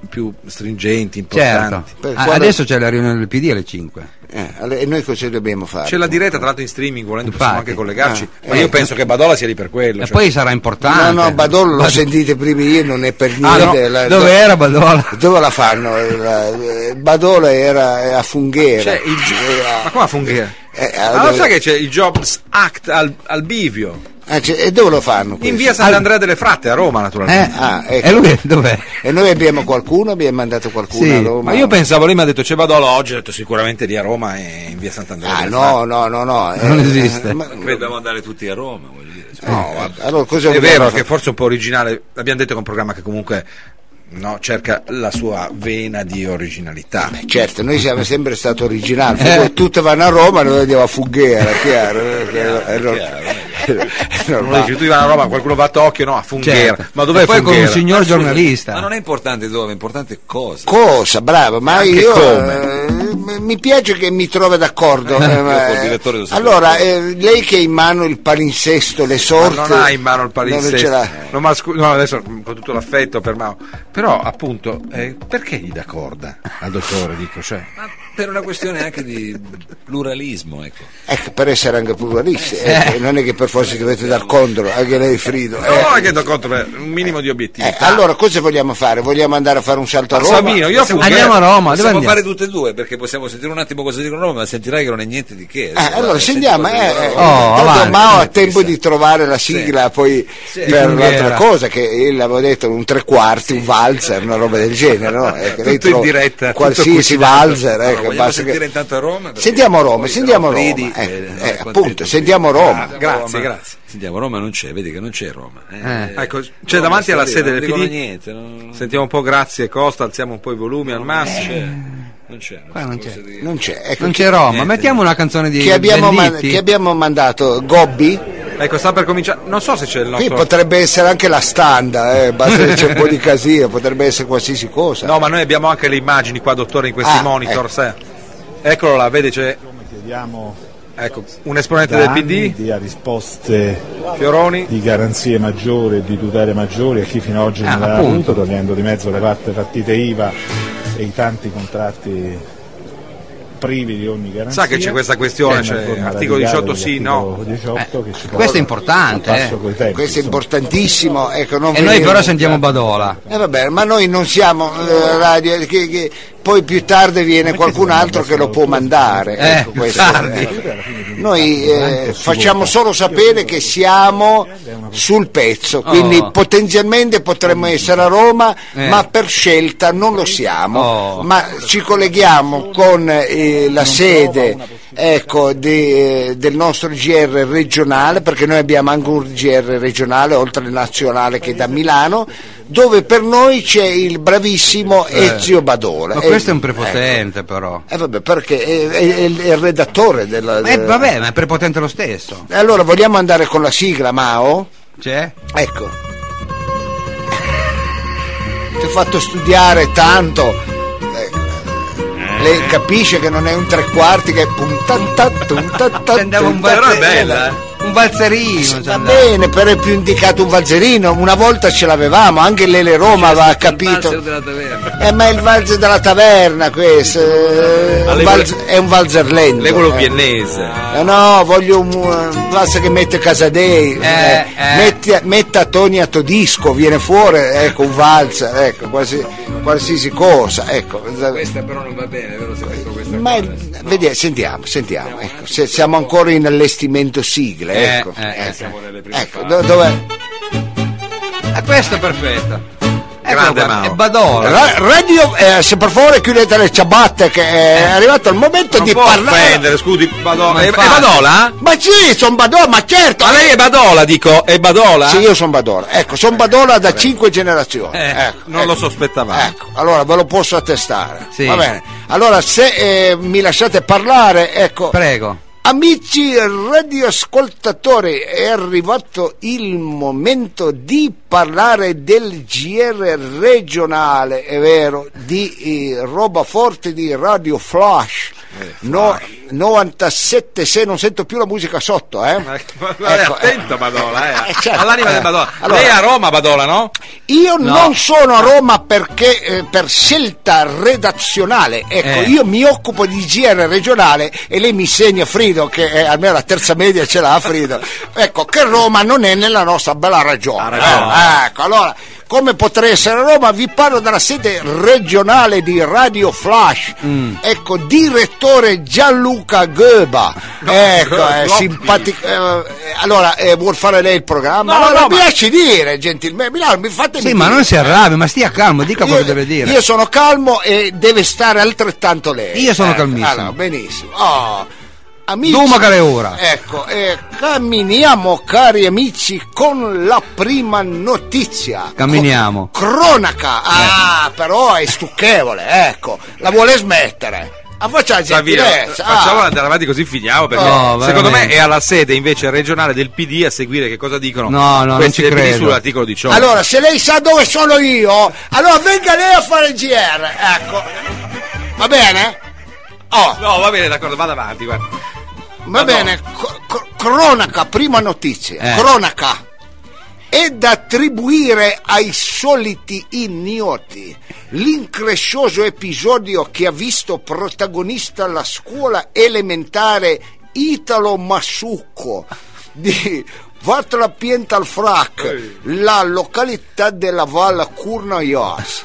più stringenti, importanti. Certo. Ah, adesso c'è la riunione del P D alle cinque. Eh, e noi cosa dobbiamo fare? C'è la diretta tra l'altro in streaming, volendo Infatti. possiamo anche collegarci, Ah, ma eh, io penso che Badola sia lì per quello. E cioè. poi sarà importante. No, no, Badola lo sentite prima io, non è per Ah, niente. no. La- Dove era Badola? Dove la fanno? La- Badola era a Funghera. C'è il Era- ma come a Funghera? eh, Ah, lo dove- sai che c'è il Jobs Act al, al Bivio, ah, c'è- e dove lo fanno? in questo? via Sant'Andrea delle Fratte a Roma Eh? naturalmente. Ah, ecco. E lui dov'è? E noi abbiamo qualcuno, abbiamo mandato qualcuno Sì, a Roma. Ma io pensavo, lei mi ha detto c'è Badola oggi, ho detto sicuramente lì a Roma e in via Sant'Andrea Ah, delle no, no, no, no. Non eh, esiste. ma- Dobbiamo andare tutti a Roma, voglio dire. cioè. no, guarda, allora cosa È vogliamo vero fare? che forse è un po' originale, abbiamo detto che è un programma che comunque no, cerca la sua vena di originalità. Certo, noi siamo sempre stati originali, eh. Tutte vanno a Roma, noi andiamo a Funghera, chiaro? È, è, nor- è Non lo normale. dici, tu vai a Roma, qualcuno va a Tokyo, no, a Funghera. Certo. Ma dov'è E poi con Funghera? un signor Ma scusa, giornalista. Ma non è importante dove, è importante cosa. Cosa, bravo, ma Anche io come? eh, mi piace che mi trova d'accordo. eh, ma, col direttore lo sapevo. allora, eh, lei che ha in mano il palinsesto, le Ma sorti. non ha in mano il non ce palinsesto. l'ha. No, ma scu- no, adesso con tutto l'affetto per Mao. Però appunto, eh, perché gli dà corda al dottore, dico, cioè. Ma per una questione anche di pluralismo, ecco. Ecco, per essere anche pluralisti, ecco, non è che per forza dovete dar contro, anche lei Frido. No, eh. non è che do conto, beh, un minimo di Eh, obiettività. allora, cosa vogliamo fare? Vogliamo andare a fare un salto a A Roma? Savino, io a Funghera. Andiamo a Roma, dove Possiamo andiamo? fare tutte e due perché possiamo sentire un attimo cosa dicono Roma, ma sentirai che non è niente di che. Eh, allora sentiamo, eh, eh, Oh, tanto avanti. Mao ha tempo di trovare la sigla poi per Funghera. l'altra cosa che io l'avevo detto un tre quarti, un valzer, una roba del genere, no? Ecco, lei Tutto in trova diretta, tutto qualsiasi cucinato. valzer, Allora, ecco, vogliamo basta sentire che- intanto a Roma? Perché Sentiamo Roma, poi sentiamo sarà Roma, Fridi, ecco, eh, eh, non è appunto, quanto- sentiamo Roma. Grazie, Roma. grazie. Sentiamo, Roma non c'è, vedi che non c'è Roma. Eh, Ecco, c'è Roma davanti sta alla lì, sede non del dicono P D. niente, non, Sentiamo un po' grazie Costa, alziamo un po' i volumi al massimo. non c'è. Qua non c'è. Non c'è, ecco, Non c'è Roma, mettiamo una canzone di che abbiamo, man- Venditti. che abbiamo mandato Gobbi? Ecco, sta per cominciare. Non so se c'è il Qui nostro. potrebbe essere anche la standa, eh, basta che c'è un po' di casino, potrebbe essere qualsiasi cosa. No, ma noi abbiamo anche le immagini qua, dottore, in questi Ah, monitor. ecco. sai. Eccolo là, vede c'è. Chiediamo Ecco, un esponente da del P anni D, dia risposte Fioroni. di garanzie maggiori e di tutele maggiori a chi fino ad oggi Ah, non l'ha appunto. avuto, togliendo di mezzo le parte partite I V A e i tanti contratti privi di ogni garanzia. Sa che c'è questa questione, È una cioè, riforma articolo radicale diciotto sì, dell'articolo no. diciotto che ci questo è porta importante, al passo eh. coi tempi, Questo è insomma. importantissimo, ecco, non E noi venire- però sentiamo Badola. Eh, vabbè, ma noi non siamo eh, radio, che, che poi più tardi viene qualcun altro che lo può mandare. Eh, ecco, questo, tardi. eh. Noi eh, facciamo solo sapere che siamo sul pezzo, quindi Oh. potenzialmente potremmo essere a Roma, Eh. ma per scelta non lo siamo. Oh. Ma ci colleghiamo con eh, la sede ecco, di, eh, del nostro G R regionale, perché noi abbiamo anche un G R regionale oltre al nazionale che è da Milano, dove per noi c'è il bravissimo Ezio Badola. Ma Eh, questo è un prepotente però. eh, vabbè, perché è, è- è il redattore della... Eh, vabbè, ma è prepotente lo stesso. E allora vogliamo andare con la sigla, Mao? C'è? Ecco. Ti ho fatto studiare tanto. Ecco. Lei capisce che non è un tre quarti, che è puntata, puntata, Ci andava un Però è valzer- bella, eh. Un valzerino. ci Va andava. bene, però è più indicato un valzerino. Una volta ce l'avevamo, anche l'Ele Roma aveva capito. della taverna. Eh, ma è il valzer della taverna questo. eh, un lei valzer- vuole- è un valzerlento. Lei vuole eh. viennese. Eh, no, voglio un un valzer che mette Casadei, Eh, eh, eh. metti- metta Toni a Todisco, viene fuori, ecco, un valzer, ecco, quasi, qualsiasi cosa, ecco. Questa però non va bene, vero? Se dico questa Ma cosa. il- vedi, sentiamo, sentiamo, ecco, se siamo ancora in allestimento sigle, Eh, ecco, eh, ecco. Siamo nelle prime Ecco, fasi. do- dov'è? Eh, questo è perfetto. Grande Eccolo qua, Mao. è Badola. Ra- radio, eh, se per favore chiudete le ciabatte che è arrivato il momento Non di può parlare. offendere, scusi, Badola. Ma È, è infatti. Badola? Ma sì, sono Badola, ma certo! Ma lei è Badola, dico, è Badola? Sì, io sono Badola, ecco, sono Badola da cinque generazioni. Eh, ecco, non ecco. lo sospettavamo. Ecco, allora ve lo posso attestare. Sì. Va bene. Allora, se eh, mi lasciate parlare, ecco. Prego. Amici radioascoltatori, è arrivato il momento di parlare del G R regionale, è vero, di eh, roba forte di Radio Flash. No, novantasette sei, non sento più la musica sotto, eh? Ma, ma, ma Ecco, attento, Badola, eh. eh, certo, all'anima eh. di Badola. Allora, Lei è a Roma, Badola, no? io No. non sono a Roma perché eh, per scelta redazionale, ecco, Eh. io mi occupo di G R regionale e lei mi insegna, Frido, che eh, almeno la terza media ce l'ha Frido, ecco, che Roma non è nella nostra bella regione. Ha ragione. Eh, ecco, allora, come potrei essere a Roma, vi parlo della sede regionale di Radio Flash, Mm. ecco, direttore Gianluca Goeba, ecco, è Goppi. simpatico, eh, allora, eh, vuol fare lei il programma? No, allora, no, mi ma- lasci dire, gentilmente, mi, mi fatemi Sì, ma dire. non si arrabbi, ma stia calmo, dica quello che deve dire. Io sono calmo e deve stare altrettanto lei. Io sono Ecco, calmissimo. Allora, benissimo. Oh, amici, Duma che le ora. Ecco, eh, camminiamo, cari amici, con la prima notizia. Camminiamo. Co- cronaca. Ah, però è stucchevole, ecco. La vuole smettere. Ah, faccia la Savino, gentilezza. facciamo Ah. andare avanti così finiamo, perché No, secondo me veramente. è alla sede invece regionale del P D a seguire che cosa dicono No, no, non questi ci del P D credo. sull'articolo diciotto. Allora, se lei sa dove sono io, allora venga lei a fare il G R, ecco. Va bene? Oh. No, va bene, d'accordo, vada avanti, guarda. Va Ma no. bene, co- co- cronaca, prima notizia, Eh. cronaca. È da attribuire ai soliti ignoti l'increscioso episodio che ha visto protagonista la scuola elementare Italo Masucco di Vatra Pientalfrac, la località della Val Curnoios.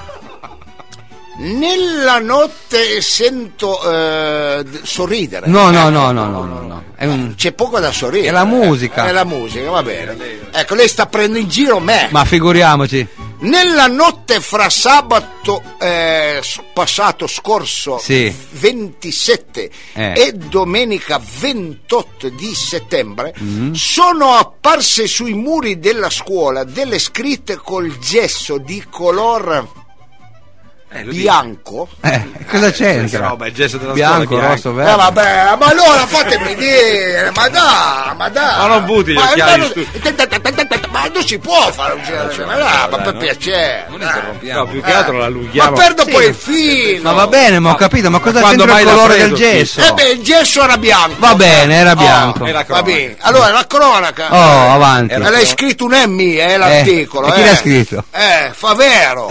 Nella notte sento eh, d- sorridere. No, no, no, no, no, no, no. È un... C'è poco da sorridere. È la musica. È la musica, va bene. Ecco, lei sta prendendo in giro me. Ma figuriamoci. Nella notte fra sabato eh, s- passato scorso Sì. ventisette Eh. e domenica ventotto di settembre Mm-hmm. sono apparse sui muri della scuola delle scritte col gesso di color Eh, lo dico. bianco. Eh, cosa c'entra? No, beh, il gesto della Bianco, scuola è rosso, Eh, verde. vabbè, ma allora fatemi dire, ma dai, ma dai. Ma non butti gli Ma- occhiali, ma- stu- Ma non si può fare un giro, ma, dai, ma per non- piacere. Non dai. interrompiamo. No, più che altro la allunghiamo. Ma perdo poi il filo. Ma va bene, ma ho capito, ma cosa quando c'entra mai il l'ha colore del preso, gesso? Eh beh, il gesso era bianco. Va bene, era Oh, bianco. E la Va cronaca. bene. Allora, la cronaca. Oh, avanti. E l'hai scritto un Emmy, eh, l'articolo. e chi eh. l'ha scritto? Eh, Favero.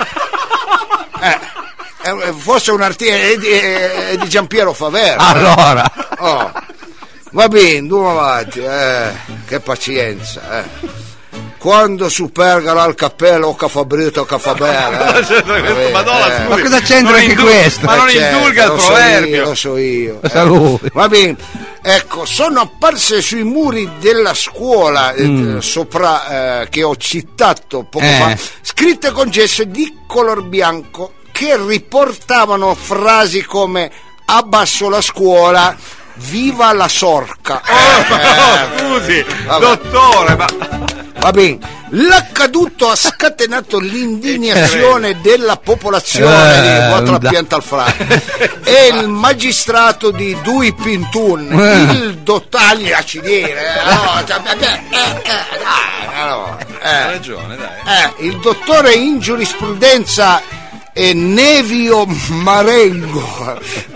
eh, eh, forse un articolo è di, è di Giampiero Favero. Allora. Oh. Va bene, andiamo avanti, eh. Che pazienza, eh. Quando superga il cappello o cafabrito o cafabella, eh. Certo, questo, Madonna, Eh. scusi, Ma cosa c'entra non anche indu- questo? Ma non Eh, certo, indulga il lo so proverbio. io, lo so io. Lo sa lui. Va bene, ecco, sono apparse sui muri della scuola eh, sopra eh, che ho citato poco Eh. fa, scritte con gesso di color bianco che riportavano frasi come abbasso la scuola, viva la sorca. Oh, Eh, scusi, vabbè. dottore, ma Va bene, l'accaduto ha scatenato l'indignazione della popolazione Eh, di Quattro da- Pianta al Fra e il magistrato di Dui Pintun, Eh. il dottagli a ci dire, eh, no, cioè, eh, eh, eh, dai, allora, Ha eh, ragione, dai. eh, il dottore in giurisprudenza e Nevio Marengo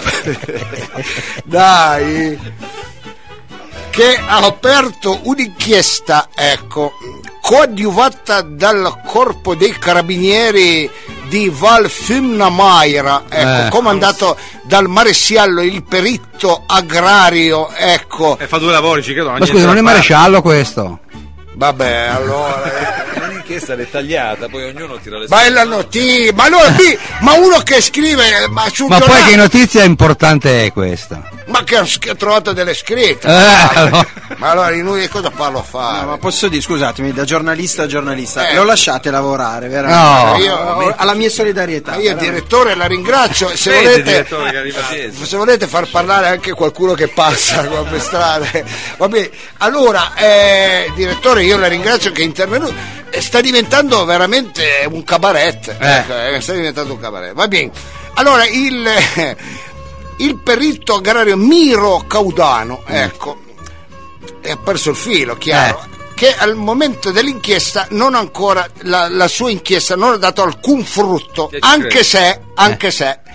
dai, che ha aperto un'inchiesta, ecco, coadiuvata dal corpo dei carabinieri di Val Fimnamaira, ecco, Eh. comandato dal maresciallo, il perito agrario, ecco. eh, fa due lavori, ci credo. Ma scusa, non è maresciallo questo? Vabbè, allora... È un'inchiesta dettagliata, poi ognuno tira le Ma è la notizia, ma allora qui, ma uno che scrive, ma sul Ma poi giornale- che notizia importante è questa? ma che ho sch- ho trovato delle scritte, Eh, ma, allora. ma allora inutile, cosa parlo a fare? No, ma posso dire, scusatemi, da giornalista a giornalista, Eh. lo lasciate lavorare, veramente? No. Io- alla mia solidarietà. Ma io veramente. direttore la ringrazio, se Vede, volete, direttore, che arriva. se volete far parlare anche qualcuno che passa qua per strade, va bene. Allora, eh, direttore, io la ringrazio che è intervenuto, eh, sta diventando veramente un cabaret, Eh. ecco, eh, sta diventando un cabaret, va bene. Allora, il, il perito agrario Miro Caudano, ecco, ha perso il filo, chiaro, che al momento dell'inchiesta non ancora, la, la sua inchiesta non ha dato alcun frutto, Che ci anche credo. se, anche se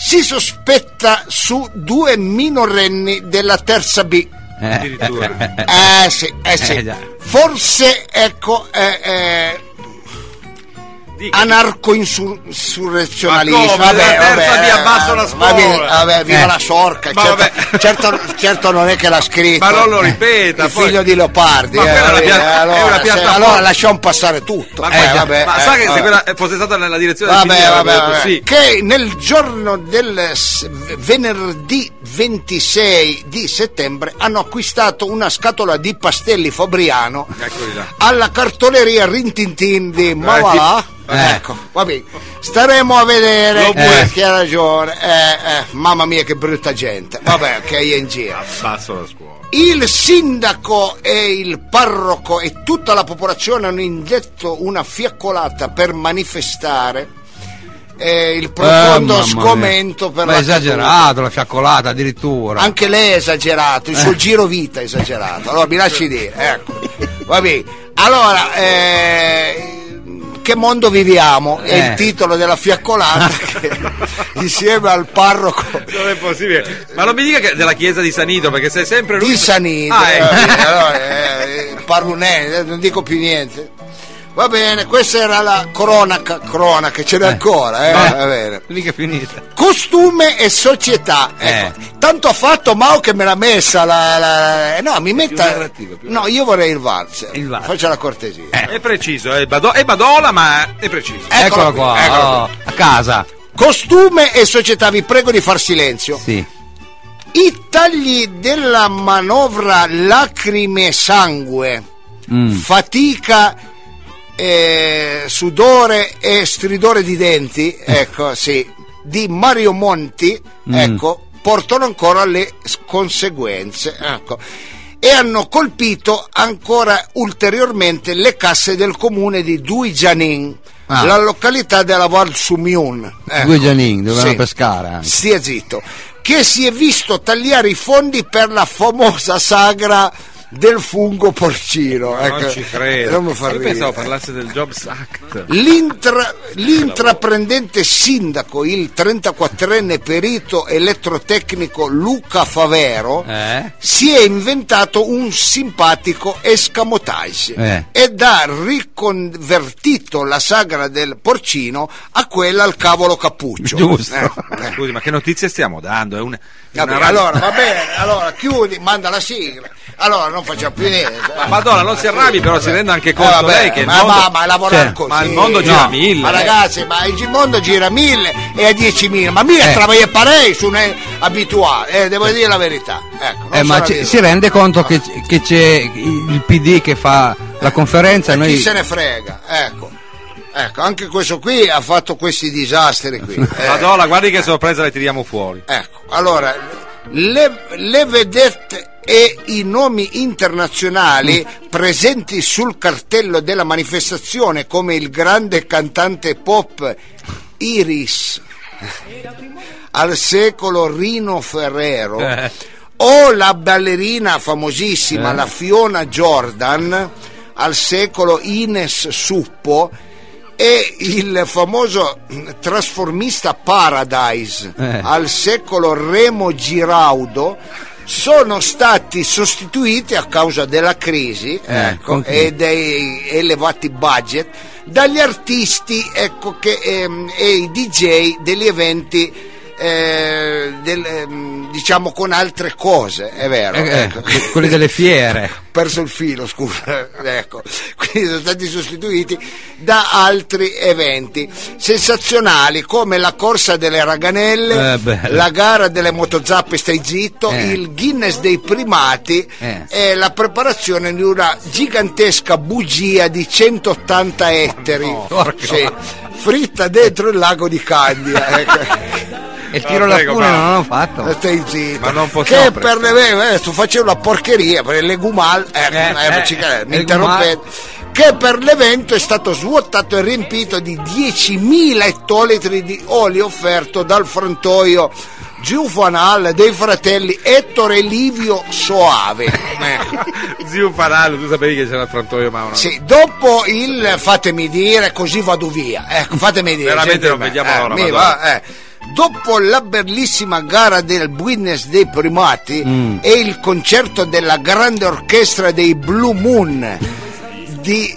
si sospetta su due minorenni della terza B. Eh, Addirittura. Eh sì, eh sì. Eh, già. Forse, ecco, eh, eh, Dica. anarco-insurrezionalista. Ma come? Vabbè, La terza vabbè, via abbassa la va bene, scuola. vabbè, viva Eh. la Sorca. Ma Certo, vabbè. certo, certo non è che l'ha scritto. Ma non lo ripeta. Il poi- figlio di Leopardi. Ma eh, quella è una vabbè, pia- è allora, una se- piattaforma. allora lasciamo passare tutto. Ma, Eh, guarda, vabbè, ma eh, sa che se vabbè. quella fosse stata nella direzione del Vabbè, figlio, vabbè, avrebbe detto vabbè. sì. Che nel giorno del s- venerdì ventisei di settembre hanno acquistato una scatola di pastelli Fabriano Eccoli là. alla cartoleria Rintintin di Mavalà. Eh. Ecco, vabbè, staremo a vedere Lo eh, vuoi? chi ha ragione. Eh, eh, mamma mia, che brutta gente. Vabbè, che è in giro. Abbasso la scuola. Il sindaco e il parroco e tutta la popolazione hanno indetto una fiaccolata per manifestare eh, il profondo Eh, mamma sgomento mia. per Ma la è esagerato la fiaccolata addirittura. Anche lei è esagerato, il suo giro vita è esagerato. Allora mi lasci dire, ecco. Vabbè. Allora, eh, che mondo viviamo? È Eh. il titolo della fiaccolata che, insieme al parroco Non è possibile. Ma non mi dica che della chiesa di Sanido, perché sei sempre lui. di Sanido. Ah, eh, ecco. vabbè, allora, eh, parlunè, eh, non dico più niente. Va bene, questa era la cronaca, cronaca, ce n'è ancora, eh, va bene. Lì che è finita. Costume e società, ecco. Eh. Tanto ha fatto Mao che me l'ha messa la, la- eh, no, mi metta narrativa, più no, io vorrei il valzer. Il valzer. Faccia la cortesia. È preciso, è, bado- è badola, ma è preciso. Eccola Eccolo qua, qui, eccola oh, a casa. Costume e società, vi prego di far silenzio. Sì. I tagli della manovra lacrime e sangue, Mm. fatica, eh, sudore e stridore di denti, ecco, sì, di Mario Monti, Mm. ecco, portano ancora le s- conseguenze, ecco. E hanno colpito ancora ulteriormente le casse del comune di Duijanin, Ah. la località della Val Sumiun. Ecco. Due Gianin, dovevano Sì. pescare anche. Stia zitto. Che si è visto tagliare i fondi per la famosa sagra del fungo porcino. Ma non Ecco. ci credo. Non mi fa Io ridere. pensavo parlasse del Jobs Act. L'intra- l'intraprendente sindaco, il trentaquattrenne perito elettrotecnico Luca Favero, Eh? si è inventato un simpatico escamotage Eh. ed ha riconvertito la sagra del porcino a quella al cavolo cappuccio. Giusto. Eh, eh. Scusi, ma che notizie stiamo dando? È un, è Vabbè, una radio- allora va bene, allora chiudi, manda la sigla. Allora non facciamo più niente. Ma Madonna, non si arrabbi, però si renda anche Eh, conto vabbè, lei che il ma, mondo... ma, ma lavorare Sì, così. ma il mondo gira a mille. Ma ragazzi, ma il mondo gira a mille e a diecimila. Ma mica Eh. travagliare parei su un abituale, eh, devo dire la verità. Ecco, non Eh, ma sono ci- io. si rende conto che, che c'è il P D che fa la conferenza e Chi noi... se ne frega, ecco. Ecco, anche questo qui ha fatto questi disastri qui. eh. Madonna, guardi che sorpresa le tiriamo fuori. Ecco, allora, le, le vedette e i nomi internazionali presenti sul cartello della manifestazione, come il grande cantante pop Iris, al secolo Rino Ferrero, Eh. o la ballerina famosissima, la Fiona Jordan, al secolo Ines Suppo, e il famoso trasformista Paradise, Eh. al secolo Remo Giraudo, sono stati sostituiti a causa della crisi, Eh, ecco, con chi? e dei elevati budget dagli artisti, ecco, che, ehm, e i D J degli eventi, eh, del, ehm, diciamo, con altre cose, è vero, Eh, eh, ecco. quelli delle fiere. Perso il filo, scusa, ecco, quindi sono stati sostituiti da altri eventi sensazionali come la corsa delle raganelle, Eh, bello. la gara delle motozappe stai zitto, Eh. il Guinness dei primati Eh. e la preparazione di una gigantesca bugia di centottanta ettari, porca. sì, fritta dentro il lago di Candia, ecco. E il tiro Ah, alla prego, fune ma- non l'hanno fatto. Stai zitto. Ma non possiamo che per le eh, tu facevi una porcheria per il legumal, ecco, Eh, eh, eh, ci- eh, mi legumal. interrompete, che per l'evento è stato svuotato e riempito di diecimila ettolitri di olio offerto dal frantoio Giufanal dei fratelli Ettore e Livio Soave. Ecco. Zio Farallo, tu sapevi che c'era il frantoio Mauro? Sì, dopo il fatemi dire così vado via, ecco, fatemi dire. Veramente non gentleman, vediamo eh, l'ora, mi Madonna. va, eh. dopo la bellissima gara del Business dei Primati mm. e il concerto della grande orchestra dei Blue Moon di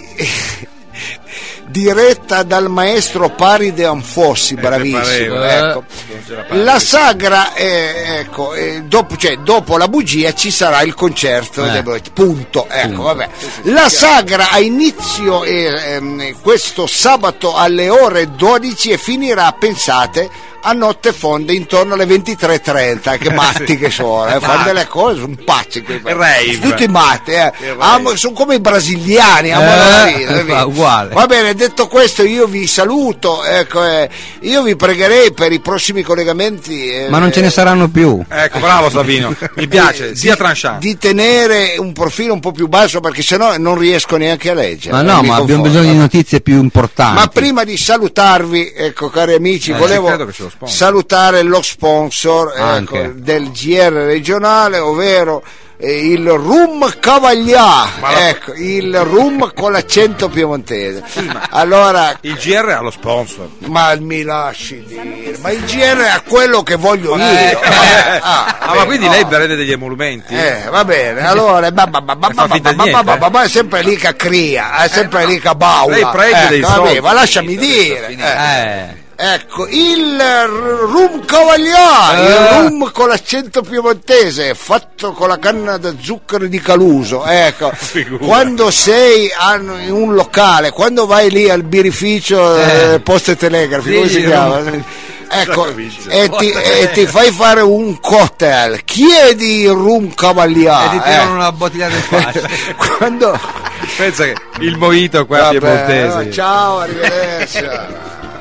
diretta dal maestro Paride Anfossi, eh, bravissimo, ecco. La sagra è, ecco, è, dopo, cioè, dopo la bugia ci sarà il concerto, eh. punto, ecco, punto. Vabbè. La sagra ha inizio eh, ehm, questo sabato alle ore dodici e finirà, pensate, a notte fonde intorno alle ventitré e trenta. Che matti che sono, eh, fanno delle cose, sono pazzi quei rave. Tutti matti, eh. Amo, sono come i brasiliani, amano eh, la vita, uguale. Va bene, detto questo io vi saluto, ecco, eh, io vi pregherei per i prossimi collegamenti, eh, ma non ce ne saranno più. Ecco, bravo Savino, mi piace, di, sia tranchant, di tenere un profilo un po' più basso, perché sennò non riesco neanche a leggere. Ma no, ma abbiamo bisogno di notizie più importanti. Ma prima di salutarvi, ecco, cari amici, eh, volevo salutare lo sponsor, ecco, del G R regionale, ovvero eh, il Rum Cavaglià, la... ecco, il rum con l'accento piemontese. Sì, allora, il G R ha lo sponsor. Ma mi lasci dire, ma il G R è quello che voglio io. Eh, eh, ah, ah, ma quindi no. Lei prende degli emolumenti? Eh, va bene, allora è sempre lì che cria, è sempre eh, lì che baula. Lei prende ecco, dei vabbè, soldi. Ma lasciami dire. Eh. Eh. Ecco, il Rum Cavaglià, eh. il rum con l'accento piemontese, fatto con la canna da zucchero di Caluso. Ecco, quando sei in un locale, quando vai lì al birrificio eh. Poste e Telegrafi, sì, come si chiama? Ecco, e ti, e ti fai fare un cocktail, chiedi il Rum Cavaglià e ti tirano eh. una bottiglia di fascia. Quando pensa che il mojito qua piemontese. Ciao, arrivederci.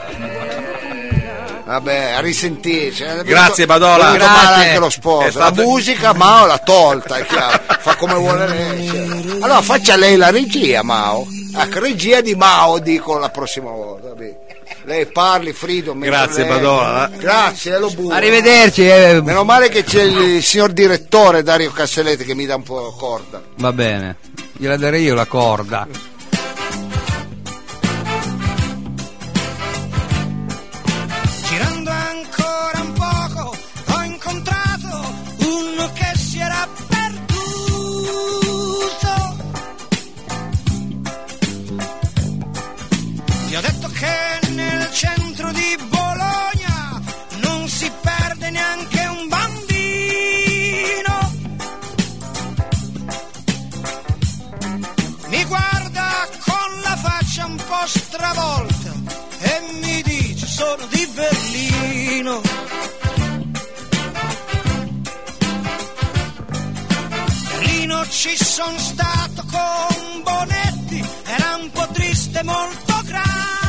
Vabbè, a risentirci. Grazie Badola. Grazie. Male anche lo sposo. Stato... La musica Mao l'ha tolta, è chiaro. Fa come vuole lei. Allora faccia lei la regia, Mao. Ecco, regia di Mao, dico la prossima volta. Vabbè. Lei parli, Frido. Grazie lei... Badola. Grazie, lo buio. Arrivederci. Eh. Meno male che c'è il signor direttore Dario Castelletti che mi dà un po' corda. Va bene, gliela darei io la corda. Ti ho detto che nel centro di Bologna non si perde neanche un bambino. Mi guarda con la faccia un po' stravolta e mi dice sono di Berlino. Berlino ci son stato con Bonetti, era un po' triste, molto grande.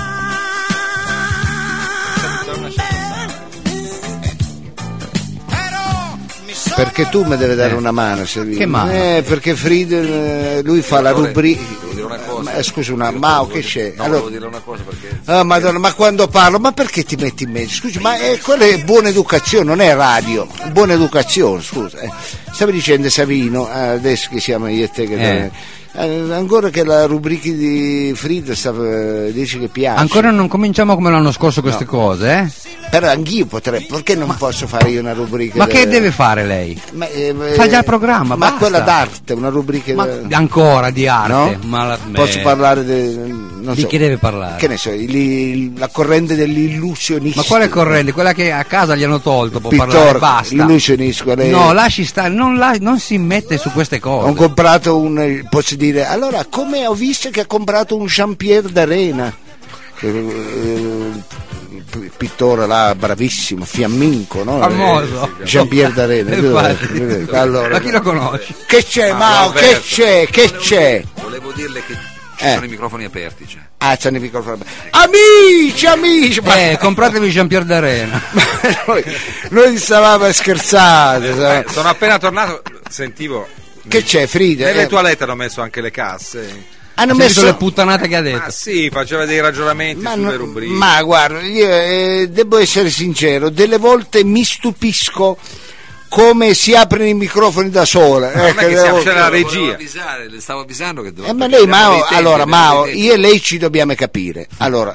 Perché tu mi devi dare una mano, Servino. Che mano? Eh, perché Fried, lui fa la rubrica. Eh, scusa, una Mao, che c'è? No, allora... devo dire una cosa perché. Ah, Madonna, ma quando parlo, ma perché ti metti in mezzo? Scusi, ma è, quella è buona educazione, non è radio. Buona educazione, scusa. Eh. Stavo dicendo Savino, adesso che siamo io e te che. Eh. Eh, ancora che la rubrica di Fried sta, dice che piace. Ancora non cominciamo come l'anno scorso queste no. cose, eh? Però anch'io potrei, perché non ma, posso fare io una rubrica? Ma de... che deve fare lei? Ma, eh, fa già il programma, ma basta. Quella d'arte, una rubrica ma de... ancora di arte, no? ma la... Posso parlare de... non di so. Che deve parlare? Che ne so, il, la corrente dell'illusionista. Ma quale corrente? Quella che a casa gli hanno tolto, può Pittore, parlare, basta. L'illusionista, lei... No, lasci stare, non, la... non si mette su queste cose. Ho comprato un, posso dire, allora come ho visto che ha comprato un Jean-Pierre d'Arena, che, eh, il pittore là bravissimo, fiamminco, no? Famoso Jean-Pierre d'Arena. Allora, ma chi lo conosce? Che c'è, ah, Mao? Che c'è? Che c'è? Volevo dirle che ci eh. sono i microfoni aperti, cioè. Ah, c'hanno i microfoni aperti. Amici, amici! Eh, compratevi Jean-Pierre d'Arena. noi, noi stavamo scherzando. Eh, sono appena tornato, sentivo. Che c'è, Frida? Nelle eh. toilette hanno messo anche le casse. Hanno ha messo le puttanate che ha detto. Ah, sì, faceva dei ragionamenti ma sulle no, rubriche. Ma guarda, io eh, devo essere sincero, delle volte mi stupisco come si aprono i microfoni da sola. No, ecco, non è che devo... c'è la regia. Avvisare, le stavo avvisando che eh, ma lei, Mao, allora, Mao, io e lei ci dobbiamo capire. Allora,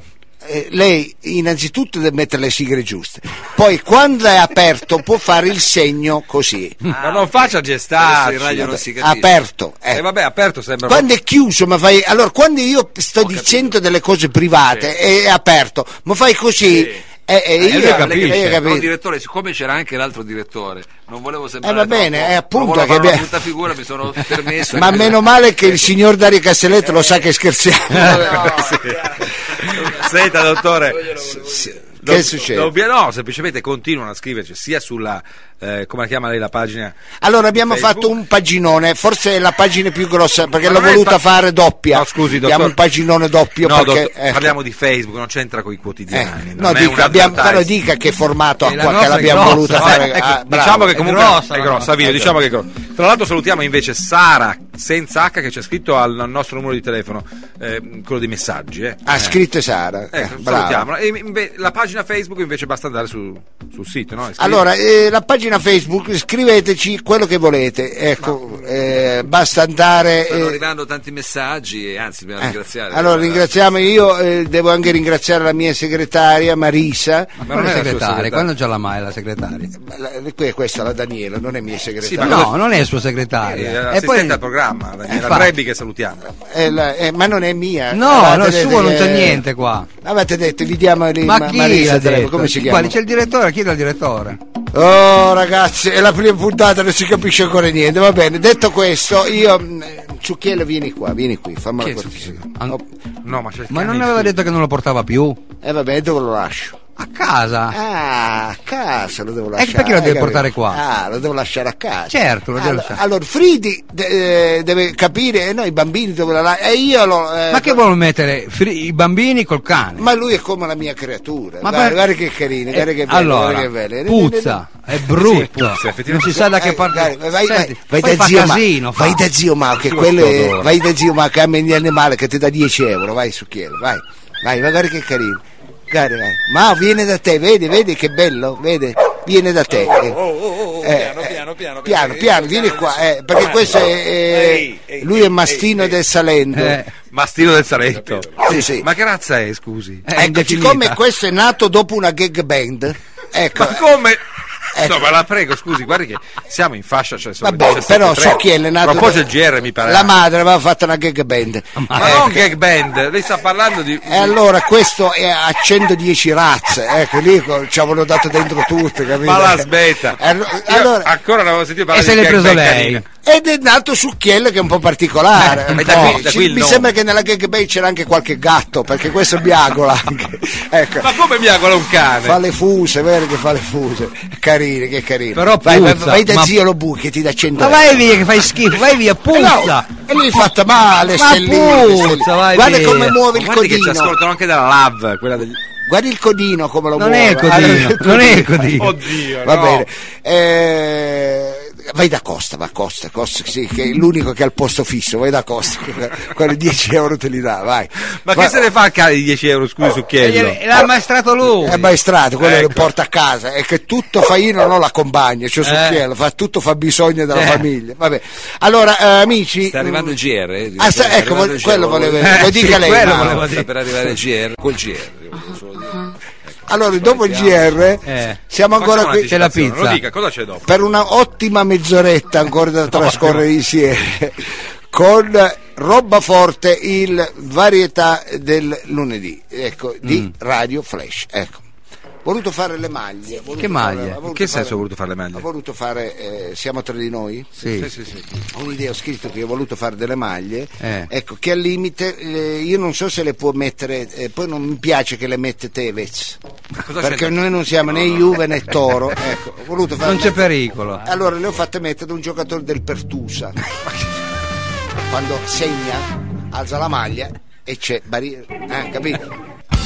eh, lei innanzitutto deve mettere le sigle giuste, poi quando è aperto può fare il segno così. Ma non faccia gestarci. Adesso in radio non si capisce. Aperto, E eh. vabbè, aperto sembra. Quando è chiuso, ma fai. Allora, quando io sto dicendo delle cose private, è aperto, ma fai così. Sì. E, e Eh, io, lui capisce. lei ha Però, capito. direttore, siccome c'era anche l'altro direttore, non volevo sembrare Eh, va bene, troppo- è appunto non volevo che fare una abbiamo- brutta figura, mi sono permesso. Ma meno male che il signor Dario Castelletto lo sa che scherziamo. Senta, dottore. Che Do- succede? dobbia- no, semplicemente continuano a scriverci sia sulla eh, come la chiama lei la pagina. Allora abbiamo Facebook. fatto un paginone, forse è la pagina più grossa perché Ma l'ho non è voluta pa- fare doppia. No, scusi, abbiamo dottor. un paginone doppio No, perché dottor, ecco. parliamo di Facebook, non c'entra con i Eh, quotidiani. no, non è dica, un abbiamo, però advertising. dica che formato E ha la qua, che nostra è l'abbiamo grossa. voluta Vabbè, fare. ecco, ah, bravo. diciamo che È comunque grossa, è no? grossa, Vito, Eh, diciamo che è grossa. Tra l'altro salutiamo invece Sara senza H che c'è scritto al nostro numero di telefono, eh, quello dei messaggi. Eh. Ha scritto Sara. Eh, Ecco, bravo. salutiamola. E inve- la pagina Facebook invece basta andare su- sul sito, no? E scrivere. Allora, eh, la pagina Facebook, scriveteci quello che volete, ecco, eh, basta andare. Stanno eh, arrivando tanti messaggi e anzi dobbiamo eh, ringraziare. allora ringraziamo, io eh, devo anche ringraziare la mia segretaria Marisa. Ma non non è è la sua segretaria, segretaria. quando c'è la mai la segretaria? La- que- questa la Daniela, non è mia Sì, segretaria. ma No, non è sua Eh, segretaria. E assistente poi al programma, Daniela infatti. Trebbi che salutiamo. Eh, la- eh, ma non è mia. No, Avete no, detto suo non che- c'è niente qua. Avete detto, vi diamo lì Ma Ma- chi Marisa l'ha Trebbi, detto? come si chiama? Quale c'è il direttore? Chiede al direttore. Oh ragazzi, è la prima puntata, non si capisce ancora niente. Va bene, detto questo, io mh, Ciucchiello, vieni qua, vieni qui, fammi Chi la è cortesia. An- Oh, No, ma c'è il Ma cane non in aveva studio. detto che non lo portava più? eh vabbè, dove lo lascio? A casa? Ah, a casa lo devo lasciare. perché lo deve hai capito? portare qua? Ah, lo devo lasciare a casa. Certo, lo deve allora, lasciare. allora, Fridi de- eh, deve capire, e noi i bambini dove la lasciamo. E io lo. eh, Ma che vuole mettere fri- i bambini col cane? Ma lui è come la mia creatura. Ma guarda, per- guarda che carino, Eh, guarda che bello, allora, guarda che bello. puzza, è brutto. Sì, puzza, effettivamente. Non si sa da che Eh, parte. vai, vai, Senti, vai poi da fa zio Ma, casino, fa. vai da zio Ma, che Sì, quello è, odore. vai da zio Ma che ama gli animali che ti dà dieci euro, vai su Chielo, vai, vai, guarda che carino. Guarda, vai. Ma viene da te, vedi, vedi che bello, vedi, viene da te. eh. oh, Eh, piano, eh, piano, piano, piano, perché- piano, vieni qua, eh, perché questo è, è- Ehi, ehi, lui è ehi, Mastino ehi, del Salento. Eh, Mastino del Saletto. Sì, sì. Ma che razza è, scusi? è Ecco, indefinita. siccome questo è nato dopo una gag band, ecco, Ma come? Ecco. No, ma la prego, scusi, guardi che siamo in fascia, cioè sono va le bene, diciassette però e tre. so chi è è nato. Tra un po' c'è il G R, mi pare. La madre aveva fatto una gag band. Ma non gag band, lei sta parlando di. E allora questo è a centodieci razze, ecco, lì co- ci avevano dato dentro tutte, capito? Ma la smetta. Eh, allo- Io allora, ancora non avevo sentito E parlare se di l'è gag preso band lei? canina. ed è nato Succhiello che è un po' particolare. Eh, un da po'. qui- da Ci- qui il mi nome. sembra che nella gag band c'era anche qualche gatto, perché questo è biagola anche. Ecco. Ma come mi agola un cane? Fa le fuse, vero che fa le fuse. Carine, che carino. Però vai, vai, puzza, vai da ma- zio Lobu che ti dà cento Ma euro. vai via che fai schifo, vai via, Eh puzza. no, e lui è fatta male, Ma stelline, stelline. puzza, vai Guarda via. come muove Ma il guardi che ci codino. ascoltano anche dalla L A V, quella degli. Guarda il codino come lo Non muove. è il codino, Allora, non è il codino. Oddio, Va no. bene. Eh, vai da Costa, va Costa, Costa sì, che è l'unico che ha il posto fisso, vai da Costa. Quelli dieci euro te li dà, vai. Ma Va- che se ne fa il cane di dieci euro, scusi, su E Chiello? gliene- L'ha maestrato lui. È maestrato, quello Ecco. lo porta a casa e che tutto fa io non ho la compagna, cioè su Eh. Chielo, fa tutto fa bisogno della Eh. famiglia. Vabbè. Allora, eh, amici. Sta arrivando il G R. eh, Ah, sta- sta ecco, arrivando il G R, quello volevo- volevo- Eh, lo dica sì, lei. quello Mauro. volevo Sta per arrivare il G R, col G R. io volevo solo dire. Allora, dopo il G R Eh. siamo ancora Facciamo qui C'è la un'anticipazione, pizza. Lo dica, cosa c'è dopo? per una ottima mezz'oretta ancora da trascorrere insieme con Roba Forte, il varietà del lunedì, ecco, di Mm. Radio Flash. Ecco. Voluto fare le maglie. ha voluto Che fare- maglie? ha voluto In che fare- senso ha voluto fare le maglie? Ha voluto fare, eh, siamo tra di noi? Sì. Sì, sì, sì. Ho un'idea, ho scritto che ho voluto fare delle maglie, Eh. ecco, che al limite, eh, io non so se le può mettere, eh, poi non mi piace che le mette Tevez, Cosa perché c'è? noi non siamo né Juve né Toro, ecco, ho voluto fare Non c'è pericolo. allora le ho fatte mettere un giocatore del Pertusa. Quando segna, alza la maglia e c'è barriera. Eh, capito?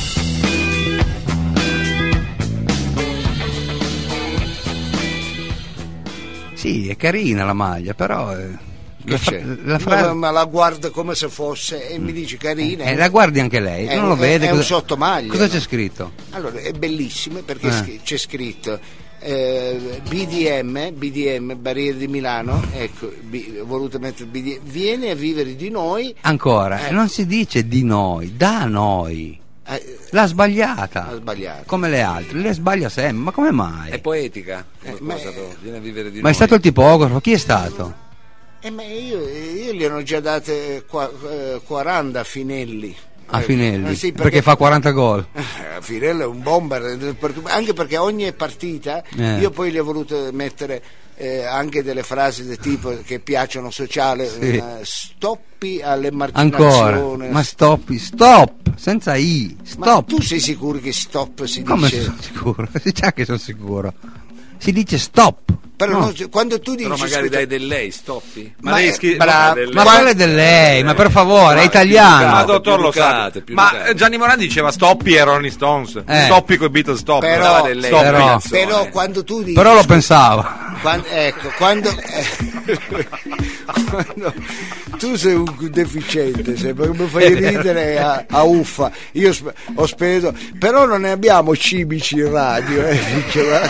Sì, è carina la maglia, però eh, Che la, fra- c'è? la fra- Ma, ma la guarda come se fosse e mi dice carina. eh, la guardi anche lei, È non un- lo vede. è un cosa- sottomaglia, Cosa no? c'è scritto? Allora, è bellissima perché Eh. scri- c'è scritto eh, B D M, B D M, Barriere di Milano, ecco, B- ho voluto mettere B D M, vieni a vivere di noi. Ancora, Eh. non si dice di noi, da noi. Eh, L'ha sbagliata. L'ha sbagliata. Come le altre, le sbaglia sempre. Ma come mai? È poetica. Eh, Come ma- cosa, però. Viene a vivere di Ma noi. è stato il tipografo? Chi è stato? eh, ma io, io gli hanno già date qua- eh, quaranta Finelli. A Eh, Finelli? eh, sì, perché... fa quaranta gol. Eh, Finelli è un bomber, anche perché ogni partita Eh. io poi gli ho voluto mettere eh, anche delle frasi del tipo che piacciono sociale, Sì. eh, stoppi all'emarginazione. Ancora. Ma stop, stop, senza I. Ma Stop. tu sei sicuro che stop si Come dice? sono sicuro? Sì, già che sono sicuro. Si dice stop. Però No. non- quando tu dici Però magari scusa, dai del lei, stoppi. Ma Ma lei è scrive- bravo. del- Ma Qua- quello è del lei, ma per favore, è Ma- italiano. Ma più dottor lo sa. educate, più Ma educate. eh, Gianni Morandi diceva stoppi e Rolling Stones. Eh. Stoppi con i Beatles, stop. Però- Dava del lei, Stoppi. però- canzone. però quando tu dici Però lo pensava. Quando, ecco, quando, eh, quando tu sei un deficiente, sempre, mi fai ridere a, a uffa. Io sp- ho speso, però non ne abbiamo cibici in radio. Eh, diceva.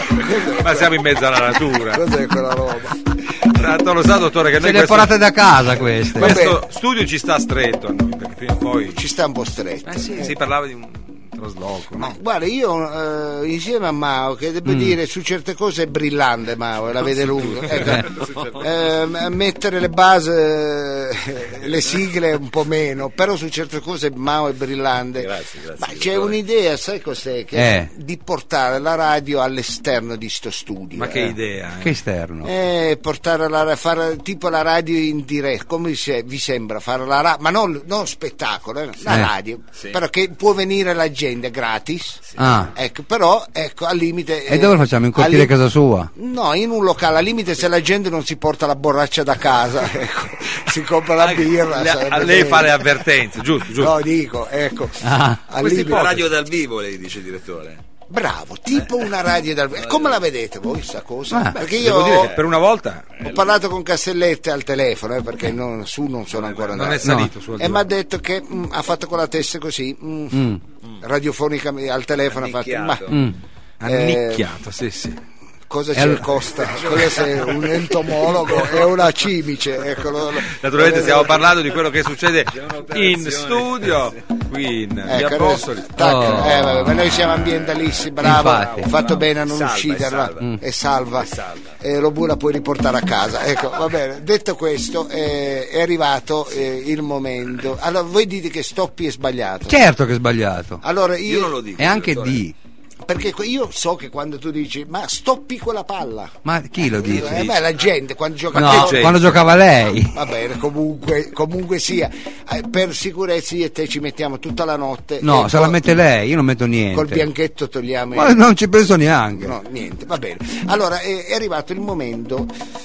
Ma siamo in mezzo alla natura. Cos'è quella roba? Tanto lo sa, dottore, che Se noi le questo, portate da casa queste. Vabbè. questo studio ci sta stretto a noi, perché prima o poi. Ci sta un po' stretto. Eh sì, si parlava di un trasloco. Ma no? guarda, io eh, insieme a Mao, che devo dire su certe cose è brillante Mao, la vede lunga. Ecco, eh, mettere le basi, eh, le sigle un po' meno, però su certe cose Mao è brillante. Grazie, grazie, Ma c'è direttore. un'idea, sai cos'è? Che Eh. di portare la radio all'esterno di sto studio. Ma che eh. idea. eh. Che esterno. Eh, portare la fare tipo la radio in diretta, come se- vi sembra fare la radio, ma non, non spettacolo, eh, la Eh. radio, però che può venire la gente gratis. Ah. Ecco, però ecco al limite. E dove lo facciamo? In cortile al li- casa sua? No, in un locale, al limite se la gente non si porta la borraccia da casa, ecco, si compra la birra. Le- sarebbe a lei meglio. fa le avvertenze, giusto, giusto. No, dico, ecco. Ah. al Questi limite- po' radio dal vivo, lei dice, direttore. Bravo, tipo una radio dal come la vedete voi sta cosa? Ah, Perché io Devo dire ho, che per una volta ho parlato con Castellette al telefono, eh, perché non, su non sono ancora non andato. è salito su E mi ha detto che mm, ha fatto con la testa così, mm, Mm. radiofonica al telefono, ha fatto, ma Annicchiato. Mm. annicchiato, sì, sì. cosa E c'è allora- Costa? Cosa sei? Un entomologo e una cimice? Ecco, lo- lo- Naturalmente lo- stiamo parlando di quello che succede un'operazione. in studio qui in via Ecco, Bossoli. tac, Oh. eh, vabbè, ma noi siamo ambientalisti, bravo, Infatti. ho fatto bene a non Salva, uscire e salva. là, e salva, E salva. e lo bu la puoi riportare a casa. Ecco, va bene. Detto questo, eh, è arrivato eh, il momento. Allora, voi dite che Stoppi è sbagliato. Certo che è sbagliato. Allora io, Io non lo dico. E anche direttore. di. perché io so che quando tu dici ma stoppi quella palla, Ma chi lo eh, dice? beh, la gente quando gioca a No, calcio- gente. quando giocava lei. Va bene, comunque, comunque sia, eh, per sicurezza io e te ci mettiamo tutta la notte. No, e se la col- mette lei, io non metto niente. Col bianchetto togliamo. Ma il- non ci penso neanche. No, niente, va bene. Allora è, è arrivato il momento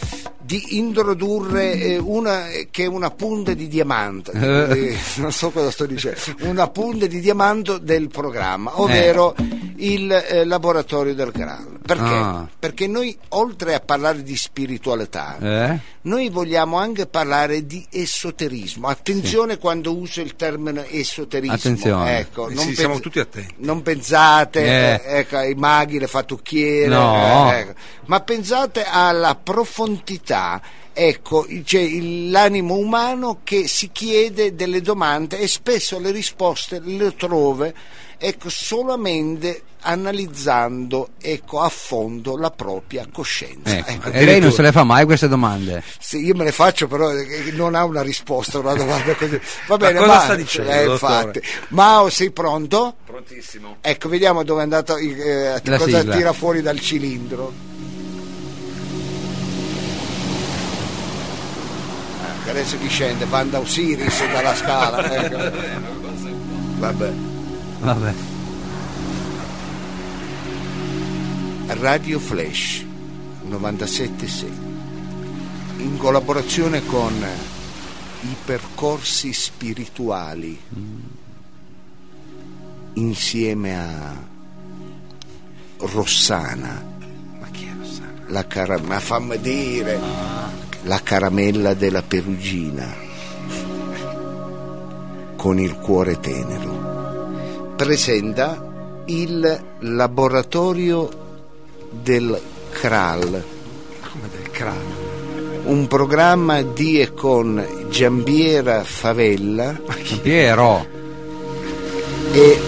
di introdurre eh, una che è una punta di diamante, Eh. eh, non so cosa sto dicendo, una punta di diamante del programma, ovvero il eh, laboratorio del Graal. Perché? Ah. Perché noi oltre a parlare di spiritualità, Eh? noi vogliamo anche parlare di esoterismo. Attenzione quando uso il termine esoterismo. Attenzione. Ecco, Eh non sì, siamo tutti attenti. Non pensate Eh. eh, ecco, ai maghi, le fattucchiere, No. eh, ecco. Ma pensate alla profondità. Ecco, c'è il- l'animo umano che si chiede delle domande e spesso le risposte le trova, ecco, solamente analizzando, ecco, a fondo la propria coscienza. Ecco. Ecco, E lei non se le fa mai queste domande? sì, io me le faccio, però eh, non ha una risposta una domanda così. Va bene, cosa ma- sta dicendo, eh, dottore? infatti. Mao, sei pronto? Prontissimo. Ecco, vediamo dove è andato, eh, La cosa sigla. tira fuori dal cilindro. Ecco, adesso chi scende? Vanda Osiris dalla scala. Ecco. Vabbè. Vabbè. Radio Flash novantasette sei in collaborazione con i percorsi spirituali insieme a Rossana. Ma chi è Rossana? La cara- ma fammi dire la caramella della Perugina con il cuore tenero presenta il laboratorio del Kral, Come del cranio. un programma di e con Giambiera Favella Piero. e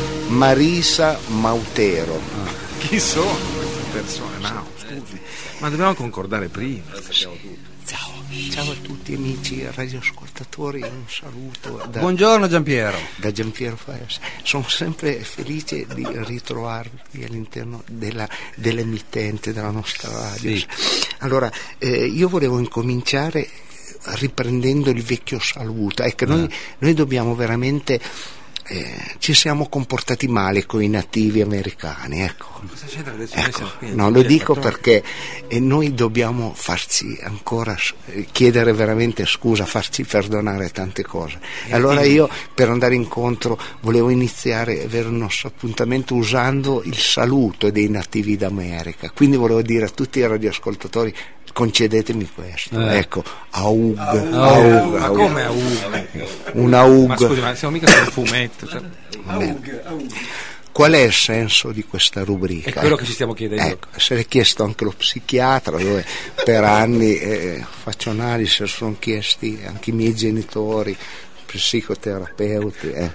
Marisa Mautero. Ah, chi sono queste persone? No, scusi, ma dobbiamo concordare prima. Ciao, ciao a tutti amici radioascoltatori, un saluto da, buongiorno Giampiero da Giampiero Faes. Sono sempre felice di ritrovarvi all'interno della, dell'emittente della nostra radio. Sì. Allora, eh, io volevo incominciare riprendendo il vecchio saluto. Ecco, noi, eh. noi dobbiamo veramente Eh, ci siamo comportati male con i nativi americani, ecco. Cosa c'entra adesso? Ecco, no, lo dico perché eh, noi dobbiamo farci ancora eh, chiedere veramente scusa, farci perdonare tante cose. E allora io, per andare incontro, volevo iniziare a avere il nostro appuntamento usando il saluto dei nativi d'America, quindi volevo dire a tutti i radioascoltatori: concedetemi questo, eh. ecco, aug, aug, aug, ma aug. come aug? Un aug. Ma scusi, ma siamo mica su un fumetto. Cioè... Aug, aug. Qual è il senso di questa rubrica? È quello che ci stiamo chiedendo. Ecco, se l'è chiesto anche lo psichiatra, dove per anni eh, faccio analisi, se sono chiesti anche i miei genitori, psicoterapeuti, eh,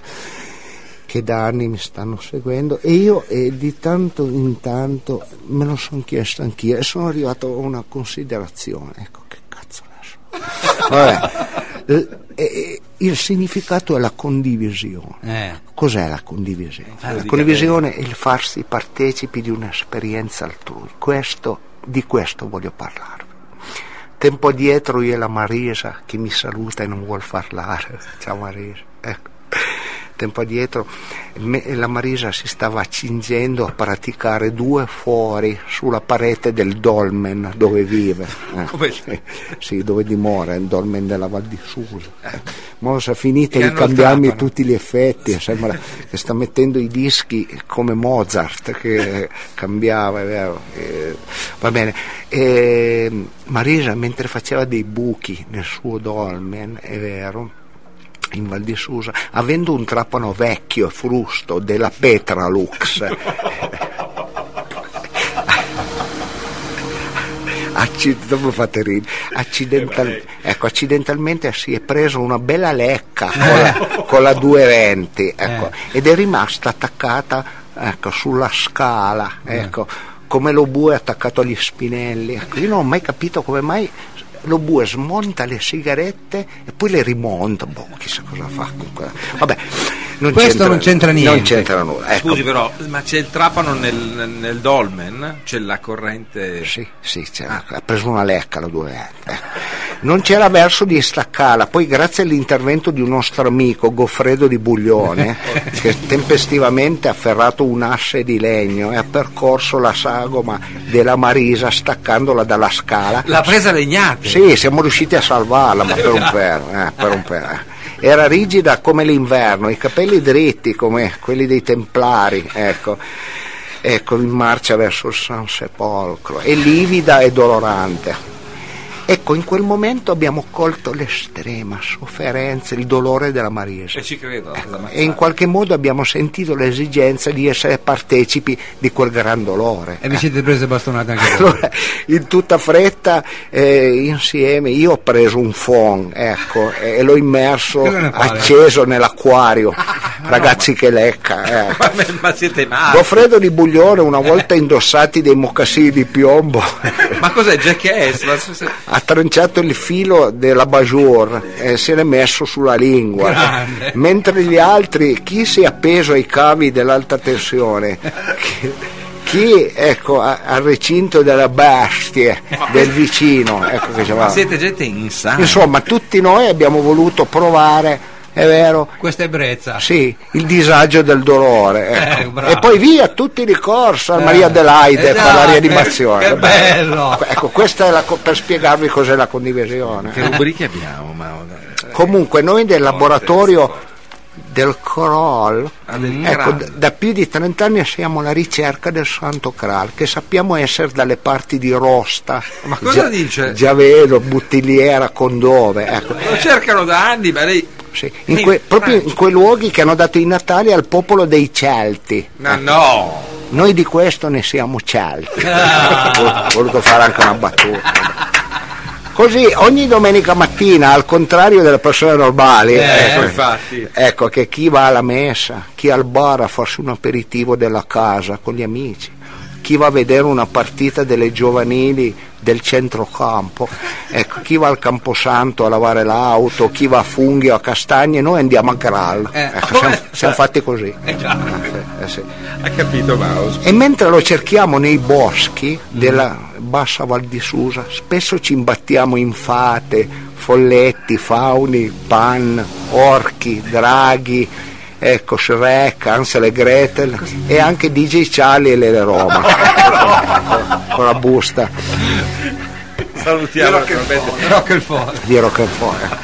che da anni mi stanno seguendo, e io eh, di tanto in tanto me lo sono chiesto anch'io e sono arrivato a una considerazione. Ecco, che cazzo ne so. Vabbè, eh, il significato è la condivisione. Eh. Cos'è la condivisione? Eh, la condivisione è il farsi partecipi di un'esperienza altrui. Questo, di questo voglio parlarvi. Tempo dietro io e la Marisa, che mi saluta e non vuol parlare. Ciao Marisa. Ecco. Tempo addietro la Marisa si stava accingendo a praticare due fuori sulla parete del dolmen dove vive, eh, sì, sì, dove dimora, il dolmen della Val di Susa. Eh. Ma si è finito di cambiarmi tutti gli effetti, sembra che sta mettendo i dischi come Mozart che cambiava, è vero. Eh, va bene. Eh, Marisa, mentre faceva dei buchi nel suo dolmen, è vero, in Val di Susa, avendo un trapano vecchio e frusto della Petralux, Accid- dopo fate ridere. Accidental- ecco, accidentalmente si è preso una bella lecca con la, con la duecentoventi, ecco, eh. ed è rimasta attaccata, ecco, sulla scala, ecco, eh. come lo bue attaccato agli spinelli. Ecco, io non ho mai capito come mai lo bue smonta le sigarette e poi le rimonta, boh, chissà cosa fa. Vabbè, non questo c'entra, non c'entra niente. Non c'entra nulla. Ecco. Scusi, però, ma c'è il trapano nel, nel dolmen? C'è la corrente? Sì, sì, c'è, ah. ha preso una lecca la duecentoventi. Ecco. Non c'era verso di staccarla, poi grazie all'intervento di un nostro amico Goffredo di Buglione, che tempestivamente ha afferrato un asse di legno e ha percorso la sagoma della Marisa staccandola dalla scala. L'ha presa legnata? Sì, siamo riusciti a salvarla, ma per un pelo, eh, per un pelo. Era rigida come l'inverno, i capelli dritti come quelli dei Templari, ecco, ecco, in marcia verso il San Sepolcro, e livida e dolorante. Ecco, in quel momento abbiamo colto l'estrema sofferenza, il dolore della Marisa. E ci credo. Ecco, e in qualche modo abbiamo sentito l'esigenza di essere partecipi di quel gran dolore. E vi siete prese bastonate anche voi? Allora, in tutta fretta, eh, insieme, io ho preso un phon, ecco, e l'ho immerso acceso nell'acquario. Ragazzi, no, ma... che lecca. Eh. Ma, ma siete matti. Goffredo di Buglione, una volta indossati dei mocassini di piombo. Ma cos'è, Jackass? Ha tranciato il filo della Bajor e se l'è messo sulla lingua. Grande. Mentre gli altri, chi si è appeso ai cavi dell'alta tensione, chi, chi ecco, al recinto delle bestie del vicino, ecco che ma siete gente insana. Insomma, tutti noi abbiamo voluto provare, è vero, questa ebbrezza, sì, il disagio del dolore, ecco. eh, E poi via tutti di corsa a eh, Maria Adelaide esatto, per la rianimazione. che bello. Ecco, questa è la, per spiegarvi cos'è la condivisione. Che rubriche abbiamo? Ma... Comunque noi del laboratorio del Croll, ecco, d- da più di trenta anni siamo alla ricerca del Santo Graal, che sappiamo essere dalle parti di Rosta, ma cosa Gia- dice? Giavelo, Buttigliera, Condove, ecco. Lo cercano da anni, ma lei... Sì, in que- proprio in quei luoghi che hanno dato i natali al popolo dei Celti. No, no. Noi di questo ne siamo Celti. Ho voluto fare anche una battuta. Così ogni domenica mattina, al contrario delle persone normali, Eh, ecco, infatti. ecco che chi va alla messa, chi al bar a farsi un aperitivo della casa con gli amici, chi va a vedere una partita delle giovanili del centrocampo, ecco, chi va al Camposanto a lavare l'auto, chi va a Funghi o a Castagne, noi andiamo a Graal. Eh. Ecco, siamo, siamo fatti così. Eh già. Eh, sì. Hai capito, Mao? E mentre lo cerchiamo nei boschi della bassa Val di Susa, spesso ci imbattiamo in fate, folletti, fauni, pan, orchi, draghi, ecco, Shrek, Hansel e Gretel e anche D J Charlie e Lele Roma con la busta Salutiamo Rockefeller. di Rockefeller.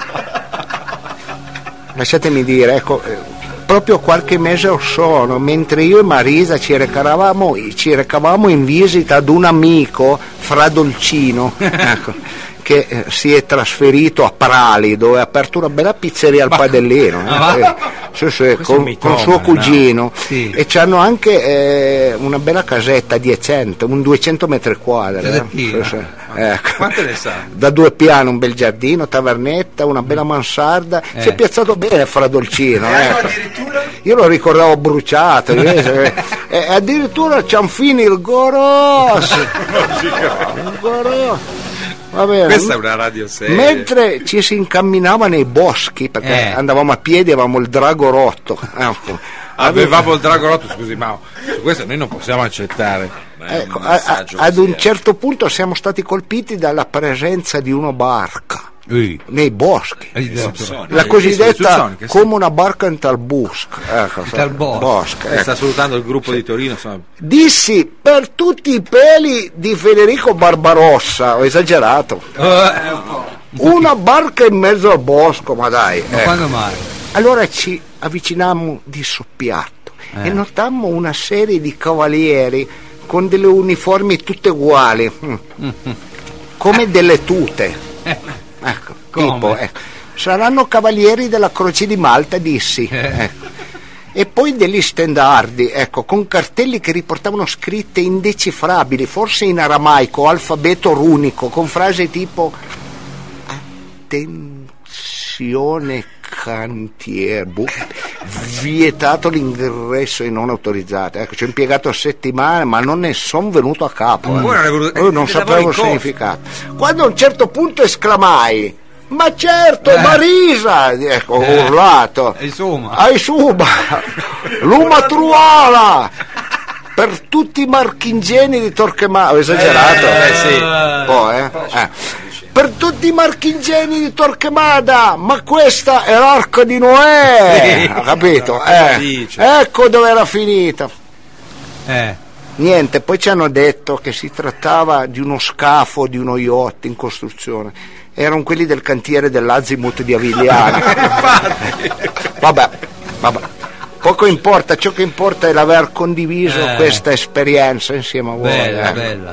Lasciatemi dire, ecco, eh, proprio qualche mese or sono, mentre io e Marisa ci recavamo, ci recavamo in visita ad un amico Fradolcino, ecco, che eh, si è trasferito a Prali, dove ha aperto una bella pizzeria al Padellino, eh, eh, sì, sì, con, con suo cugino, no? Sì. E c'hanno anche eh, una bella casetta adiacente, un duecento metri quadri, eh. Sì, sì. Ecco. Quante ne sa? Da due piani, un bel giardino, tavernetta, una bella mansarda, Eh. si è piazzato bene Fradolcino, ecco. Io lo ricordavo bruciato, e e addirittura Cianfini il Goros, il Goros. Va bene. Questa è una radio seria. Mentre ci si incamminava nei boschi, perché Eh. andavamo a piedi, avevamo il drago rotto, ecco. Avevamo il drago rotto, scusi Mao, su questo noi non possiamo accettare. Ma è Ecco, un a- a- massaggio ad così, un eh. certo punto siamo stati colpiti dalla presenza di una barca Ui. nei boschi, Eh, Sono- la Sì, cosiddetta sì, sì, sì. come una barca in tal bosco, ecco, Tal bosco. ecco. Sta salutando il gruppo di Torino, insomma. Dissi per tutti i peli di Federico Barbarossa, ho esagerato, Eh, una barca in mezzo al bosco, ma dai, ma ecco. quando mai? Allora ci avvicinammo di soppiatto Eh. e notammo una serie di cavalieri con delle uniformi tutte uguali, mm. come delle tute. Ecco, Come? tipo, ecco. Saranno cavalieri della Croce di Malta, dissi. Ecco. E poi degli stendardi, ecco, con cartelli che riportavano scritte indecifrabili, forse in aramaico, alfabeto runico, con frasi tipo attenzione cantiere, boh, vietato l'ingresso ai non autorizzati. Ecco, ci ho impiegato settimane, ma non ne sono venuto a capo. eh. Voi non ne venuto- Io non eh, sapevo il lavori in corso. significato. Quando a un certo punto esclamai: ma certo, Eh. Marisa! Ecco, ho Eh. urlato. E insomma. Ai suba! Luma truola! Per tutti i marchingeni di Torquemada, ho esagerato? Eh, sì. Un po', eh? Eh. Per tutti i marchingeni di Torquemada, ma questa è l'arca di Noè! Sì. Ho capito? Cosa Eh. dice? Ecco dove era finita. Eh. Niente, poi ci hanno detto che si trattava di uno scafo, di uno yacht in costruzione. Erano quelli del cantiere dell'Azimut di Avigliano. Vabbè, vabbè. Poco importa, ciò che importa è l'aver condiviso Eh. questa esperienza insieme a voi. Bella, eh. bella.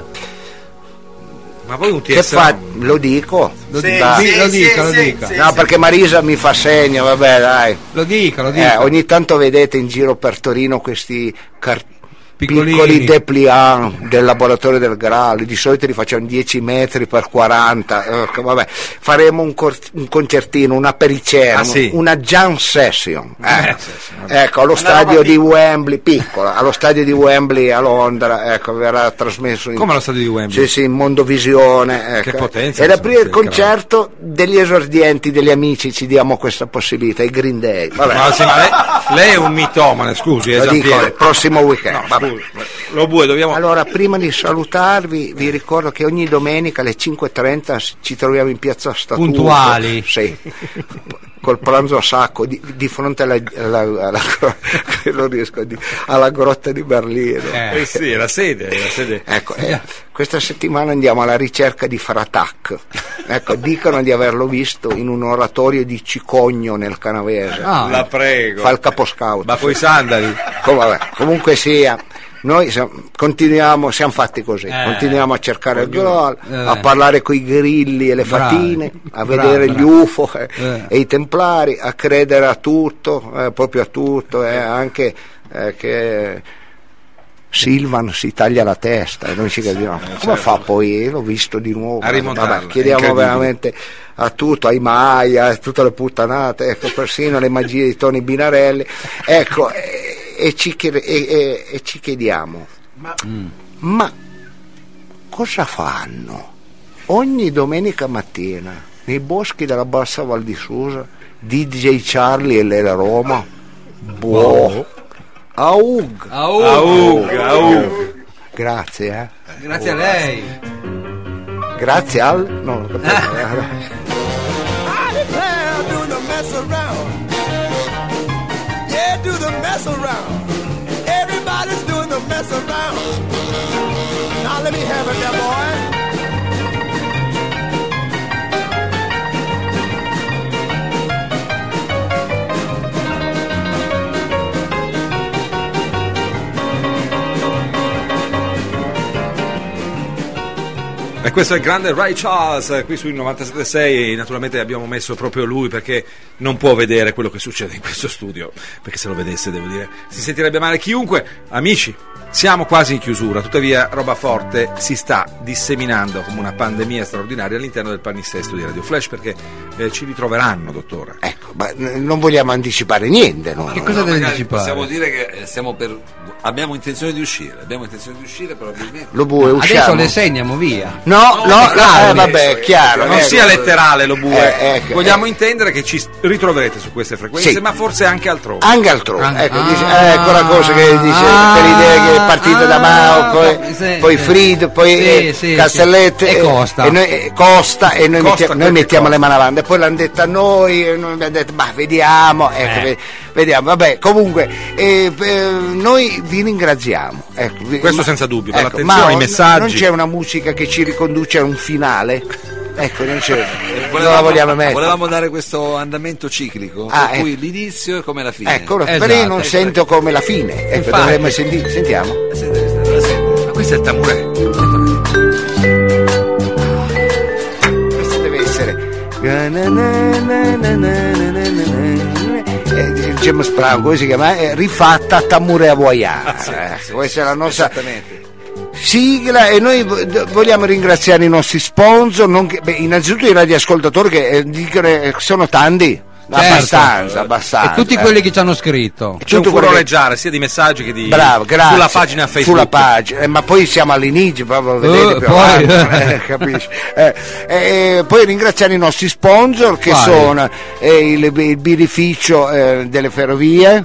Ma voi un T Che S fa? Lo dico? Lo, Dai. di- lo dica, lo dica. No, perché Marisa mi fa segno, vabbè, dai. Lo dica, lo Eh, dica. ogni tanto vedete in giro per Torino questi car- Piccolini. piccoli dépliant del laboratorio del Graal, di solito li facciamo dieci metri per quaranta. Eh, vabbè, faremo un, cor- un concertino, una pericena, Ah, sì. una jam session. Eh, Eh, sì, sì, vabbè. ecco, allo stadio di Wembley, piccola, allo stadio di Wembley a Londra, ecco, verrà trasmesso in Come allo stadio di Wembley? Sì, sì, in Mondovisione. Ecco. Che potenza, Ed aprire il insomma, sì, concerto degli esordienti, degli amici, ci diamo questa possibilità, i Green Day. Vabbè. Ma, sì, ma lei, lei è un mitomane, scusi, eh, Lo dico, Giampiero. il prossimo weekend. No, vabbè. scusi, lo bue, dobbiamo... Allora, prima di salutarvi, vi ricordo che ogni domenica alle cinque e trenta ci troviamo in piazza Statuto. Puntuali. Sì. Col pranzo a sacco di, di fronte alla, alla, alla, non riesco a dire, alla grotta di Berlino. Eh sì, è la sede, è la sede. Ecco, eh, questa settimana andiamo alla ricerca di Fratac. Ecco, dicono di averlo visto in un oratorio di Cicogno nel Canavese. Ah. La prego. Fa il caposcout. Ma poi i sandali. Com- vabbè, comunque sia, noi siamo- continuiamo, siamo fatti così, Eh. continuiamo a cercare il Graal, Eh. a parlare con i grilli e le Bravi. fatine, a Bravi, vedere bravi. gli U F O eh, Eh. e i templari, a credere a tutto, eh, proprio a tutto, eh, anche eh, che Silvan si taglia la testa e noi ci capiamo come certo. fa poi, l'ho visto di nuovo, a rimontarla, vabbè, chiediamo veramente a tutto, ai Maya, a tutte le puttanate, ecco, persino le magie di Tony Binarelli, ecco, e, e, ci, chiede, e, e, e ci chiediamo ma, mm. ma cosa fanno ogni domenica mattina nei boschi della Bassa Val di Susa D J Charlie e l'Era Roma? Boh. Aug. Aug. Aug. Aug. Grazie, eh. Grazie a lei. Grazie al. No, non capisco. Yeah, do the mess around. Everybody's doing the mess around. Now let me have it, there, boy. E questo è il grande Ray Charles qui sui novantasette sei, naturalmente abbiamo messo proprio lui perché non può vedere quello che succede in questo studio, perché se lo vedesse, devo dire, si sentirebbe male chiunque. Amici, siamo quasi in chiusura, tuttavia roba forte si sta disseminando come una pandemia straordinaria all'interno del palinsesto di Radio Flash, perché eh, ci ritroveranno, dottore. Ecco, ma non vogliamo anticipare niente, no? Che cosa no, deve anticipare? Possiamo dire che stiamo per abbiamo intenzione di uscire, abbiamo intenzione di uscire probabilmente. Lo bue, usciamo. Adesso le sei andiamo via. No, no, no, no eh, vabbè, è chiaro. Non ecco. sia letterale lo bue. Eh, ecco, Vogliamo eh. intendere che ci ritroverete su queste frequenze, sì. ma forse anche altrove. Anche altrove. Anche- Ecco, ah, dice, eh, quella cosa che dice ah, per l'idea che è partita ah, da Mao, poi, sì, poi sì. Fried, poi Sì, eh, sì, Castelletti sì. E Costa. E noi, eh, Costa e noi, Costa, mettiamo, noi perché mettiamo Costa? le mani avanti, e poi l'hanno detto a noi e noi abbiamo detto ma vediamo, ecco, Eh. vediamo, vabbè, comunque eh, eh, noi vi ringraziamo, ecco, vi- Questo ma- senza dubbio, per ecco, l'attenzione, ma i non- messaggi. non c'è una musica che ci riconduce a un finale? Ecco, non c'è, non la Volevamo, vogliamo mettere. volevamo dare questo andamento ciclico, Ah, per cui eh. l'inizio è come la fine. Ecco, Esatto, però io non ecco, sento come la fine, ecco, Infatti. dovremmo sentire, sentiamo. Ma questo è il tamburè. Questo deve essere eh, James Brown, come si chiama? Eh, rifatta a tamure hawaiana. Ah, sì, Ecco, sì, questa sì, è la nostra esattamente. sigla e noi v- vogliamo ringraziare i nostri sponsor, non che- beh, innanzitutto i radioascoltatori che eh, dicono, eh, sono tanti, abbastanza, abbastanza. E tutti eh. quelli che ci hanno scritto. C'è un Tutto quello che- furoreggiare sia di messaggi che di Bravo, grazie. sulla pagina Facebook. Sulla pagina, eh, ma poi siamo all'inizio, proprio vedete Eh, più poi- avanti, eh, capisci? Eh, eh, poi ringraziare i nostri sponsor che Quali? sono eh, il, il birrificio eh, delle ferrovie.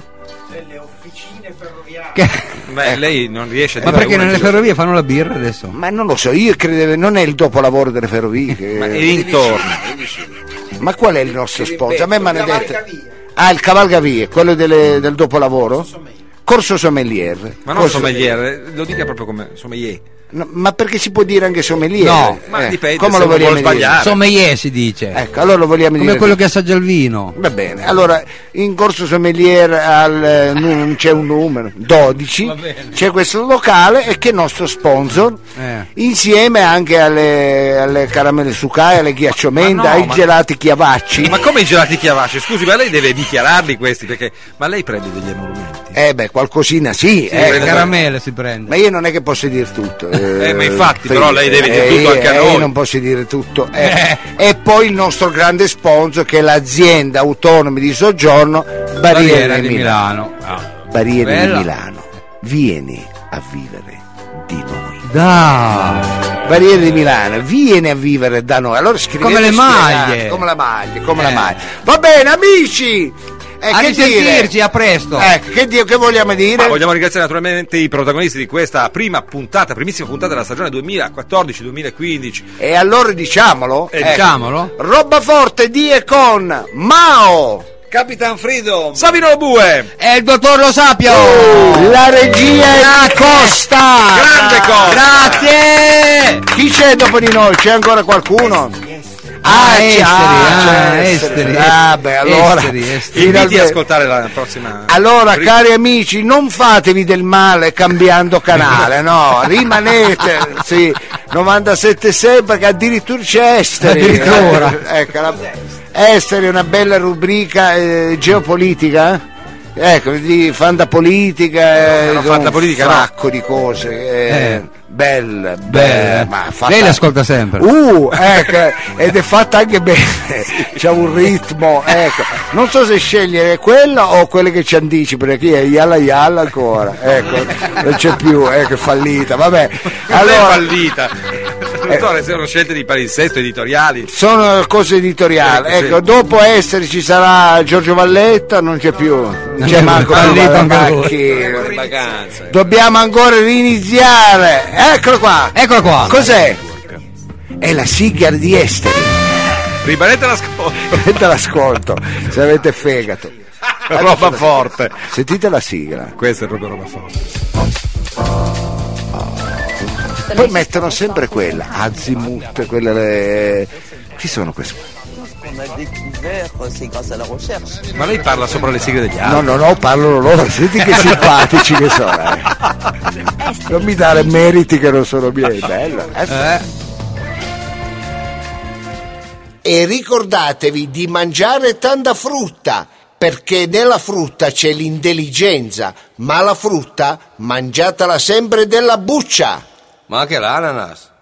Che- Beh, lei non riesce a Ma dire perché una nelle giusta. ferrovie fanno la birra adesso? Ma non lo so, io credevo, non è il dopolavoro delle ferrovie. che- Ma è intorno. Ma qual è il nostro sponsor? A me mi hanno detto. Ah, il Cavalgavie, quello delle- del dopolavoro? Corso Sommelier. Ma non Corso- sommelier, lo dica proprio come sommelier. No, ma perché si può dire anche sommelier? No, ma Eh, dipende, come se lo uno vogliamo vuole dire? sbagliare. Sommelier si dice. Ecco, allora lo vogliamo Come dire. quello che assaggia il vino. Va bene, allora in Corso Sommelier al, eh, nu- c'è un numero dodici, Va bene. c'è questo locale e che è il nostro sponsor, Eh. insieme anche alle, alle caramelle sucai, alle ghiacciomenda, Ma no, ai ma- gelati chiavacci. Ma come i gelati chiavasci? Scusi, ma lei deve dichiararli questi perché ma lei prende degli emolumenti. Eh beh, qualcosina sì, eh, Le prende- caramelle si prende. ma io non è che posso dire tutto. Eh, ma infatti, sì, però lei deve dire eh, tutto anche a eh, noi. Io non posso dire tutto. eh. E poi il nostro grande sponsor che è l'azienda autonoma di soggiorno Barriere, Barriera di di Milano. Milano. Ah. Barriere Bella. di Milano, vieni a vivere di noi. Dai. Barriere di Milano, vieni a vivere da noi. Allora scrivete Come le spiegate, maglie. come la maglia, come Eh. la maglia. Va bene, amici. Eh, A che risentirci, dire? a presto. Eh, che, dire, che vogliamo dire? Ma vogliamo ringraziare naturalmente i protagonisti di questa prima puntata, primissima puntata della stagione duemilaquattordici duemilaquindici. E allora diciamolo. Eh, ecco. Diciamolo. Roba forte di e con Mao. Capitan Freedom. Savino Bue! E il dottor Lo Sapio. La regia è di Costa. Grande Costa. Grazie. Chi c'è dopo di noi? C'è ancora qualcuno? Ah, c'è- esteri, ah, ah, c'è esteri. Ah, beh, allora. Esteri, esteri. Inviti a finalmente- ascoltare la prossima. Allora, cari amici, non fatevi del male cambiando canale, no, rimanete, sì, novantasette sei perché addirittura c'è Esteri. Addirittura. Eh, ecco, la- Esteri è una bella rubrica eh, geopolitica. ecco, di fan da politica, no, eh, fan da politica, un sacco no. di cose, eh, Eh. belle, Beh, belle, ma fatta... lei le ascolta sempre. Uh, ecco, ed è fatta anche bene, c'ha un ritmo, ecco. Non so se scegliere quella o quelle che ci anticipa, perché chi è Yalla Yalla ancora, ecco, non c'è più, ecco, è fallita, vabbè. Non Allora, è fallita. Dottore, sono scelte di palinsesto editoriali. sono cose editoriali, Ecco, ecco, sì. dopo essere ci sarà Giorgio Valletta, non c'è più, non c'è manco fallito la anche lui. macchina. In vacanza. Dobbiamo ancora riniziare, eccolo qua. Eccola qua. Cos'è? È la sigla di Esteri. Rimanete all'ascolto. Sentite l'ascolto, se avete fegato. Roba forte. Sentite la sigla. Questa è proprio roba forte. Poi mettono sempre quella, Azimuth, quelle le... Chi sono queste? On a découvert, c'est grâce à la recherche. Ma lei parla sopra le sigle degli No, altri? no, no, parlano loro, senti che simpatici che sono. Eh. Non mi dare meriti che non sono miei, bello. Eh. Eh, E ricordatevi di mangiare tanta frutta, perché nella frutta c'è l'intelligenza, ma la frutta mangiatela sempre della buccia. Ma anche l'ananas.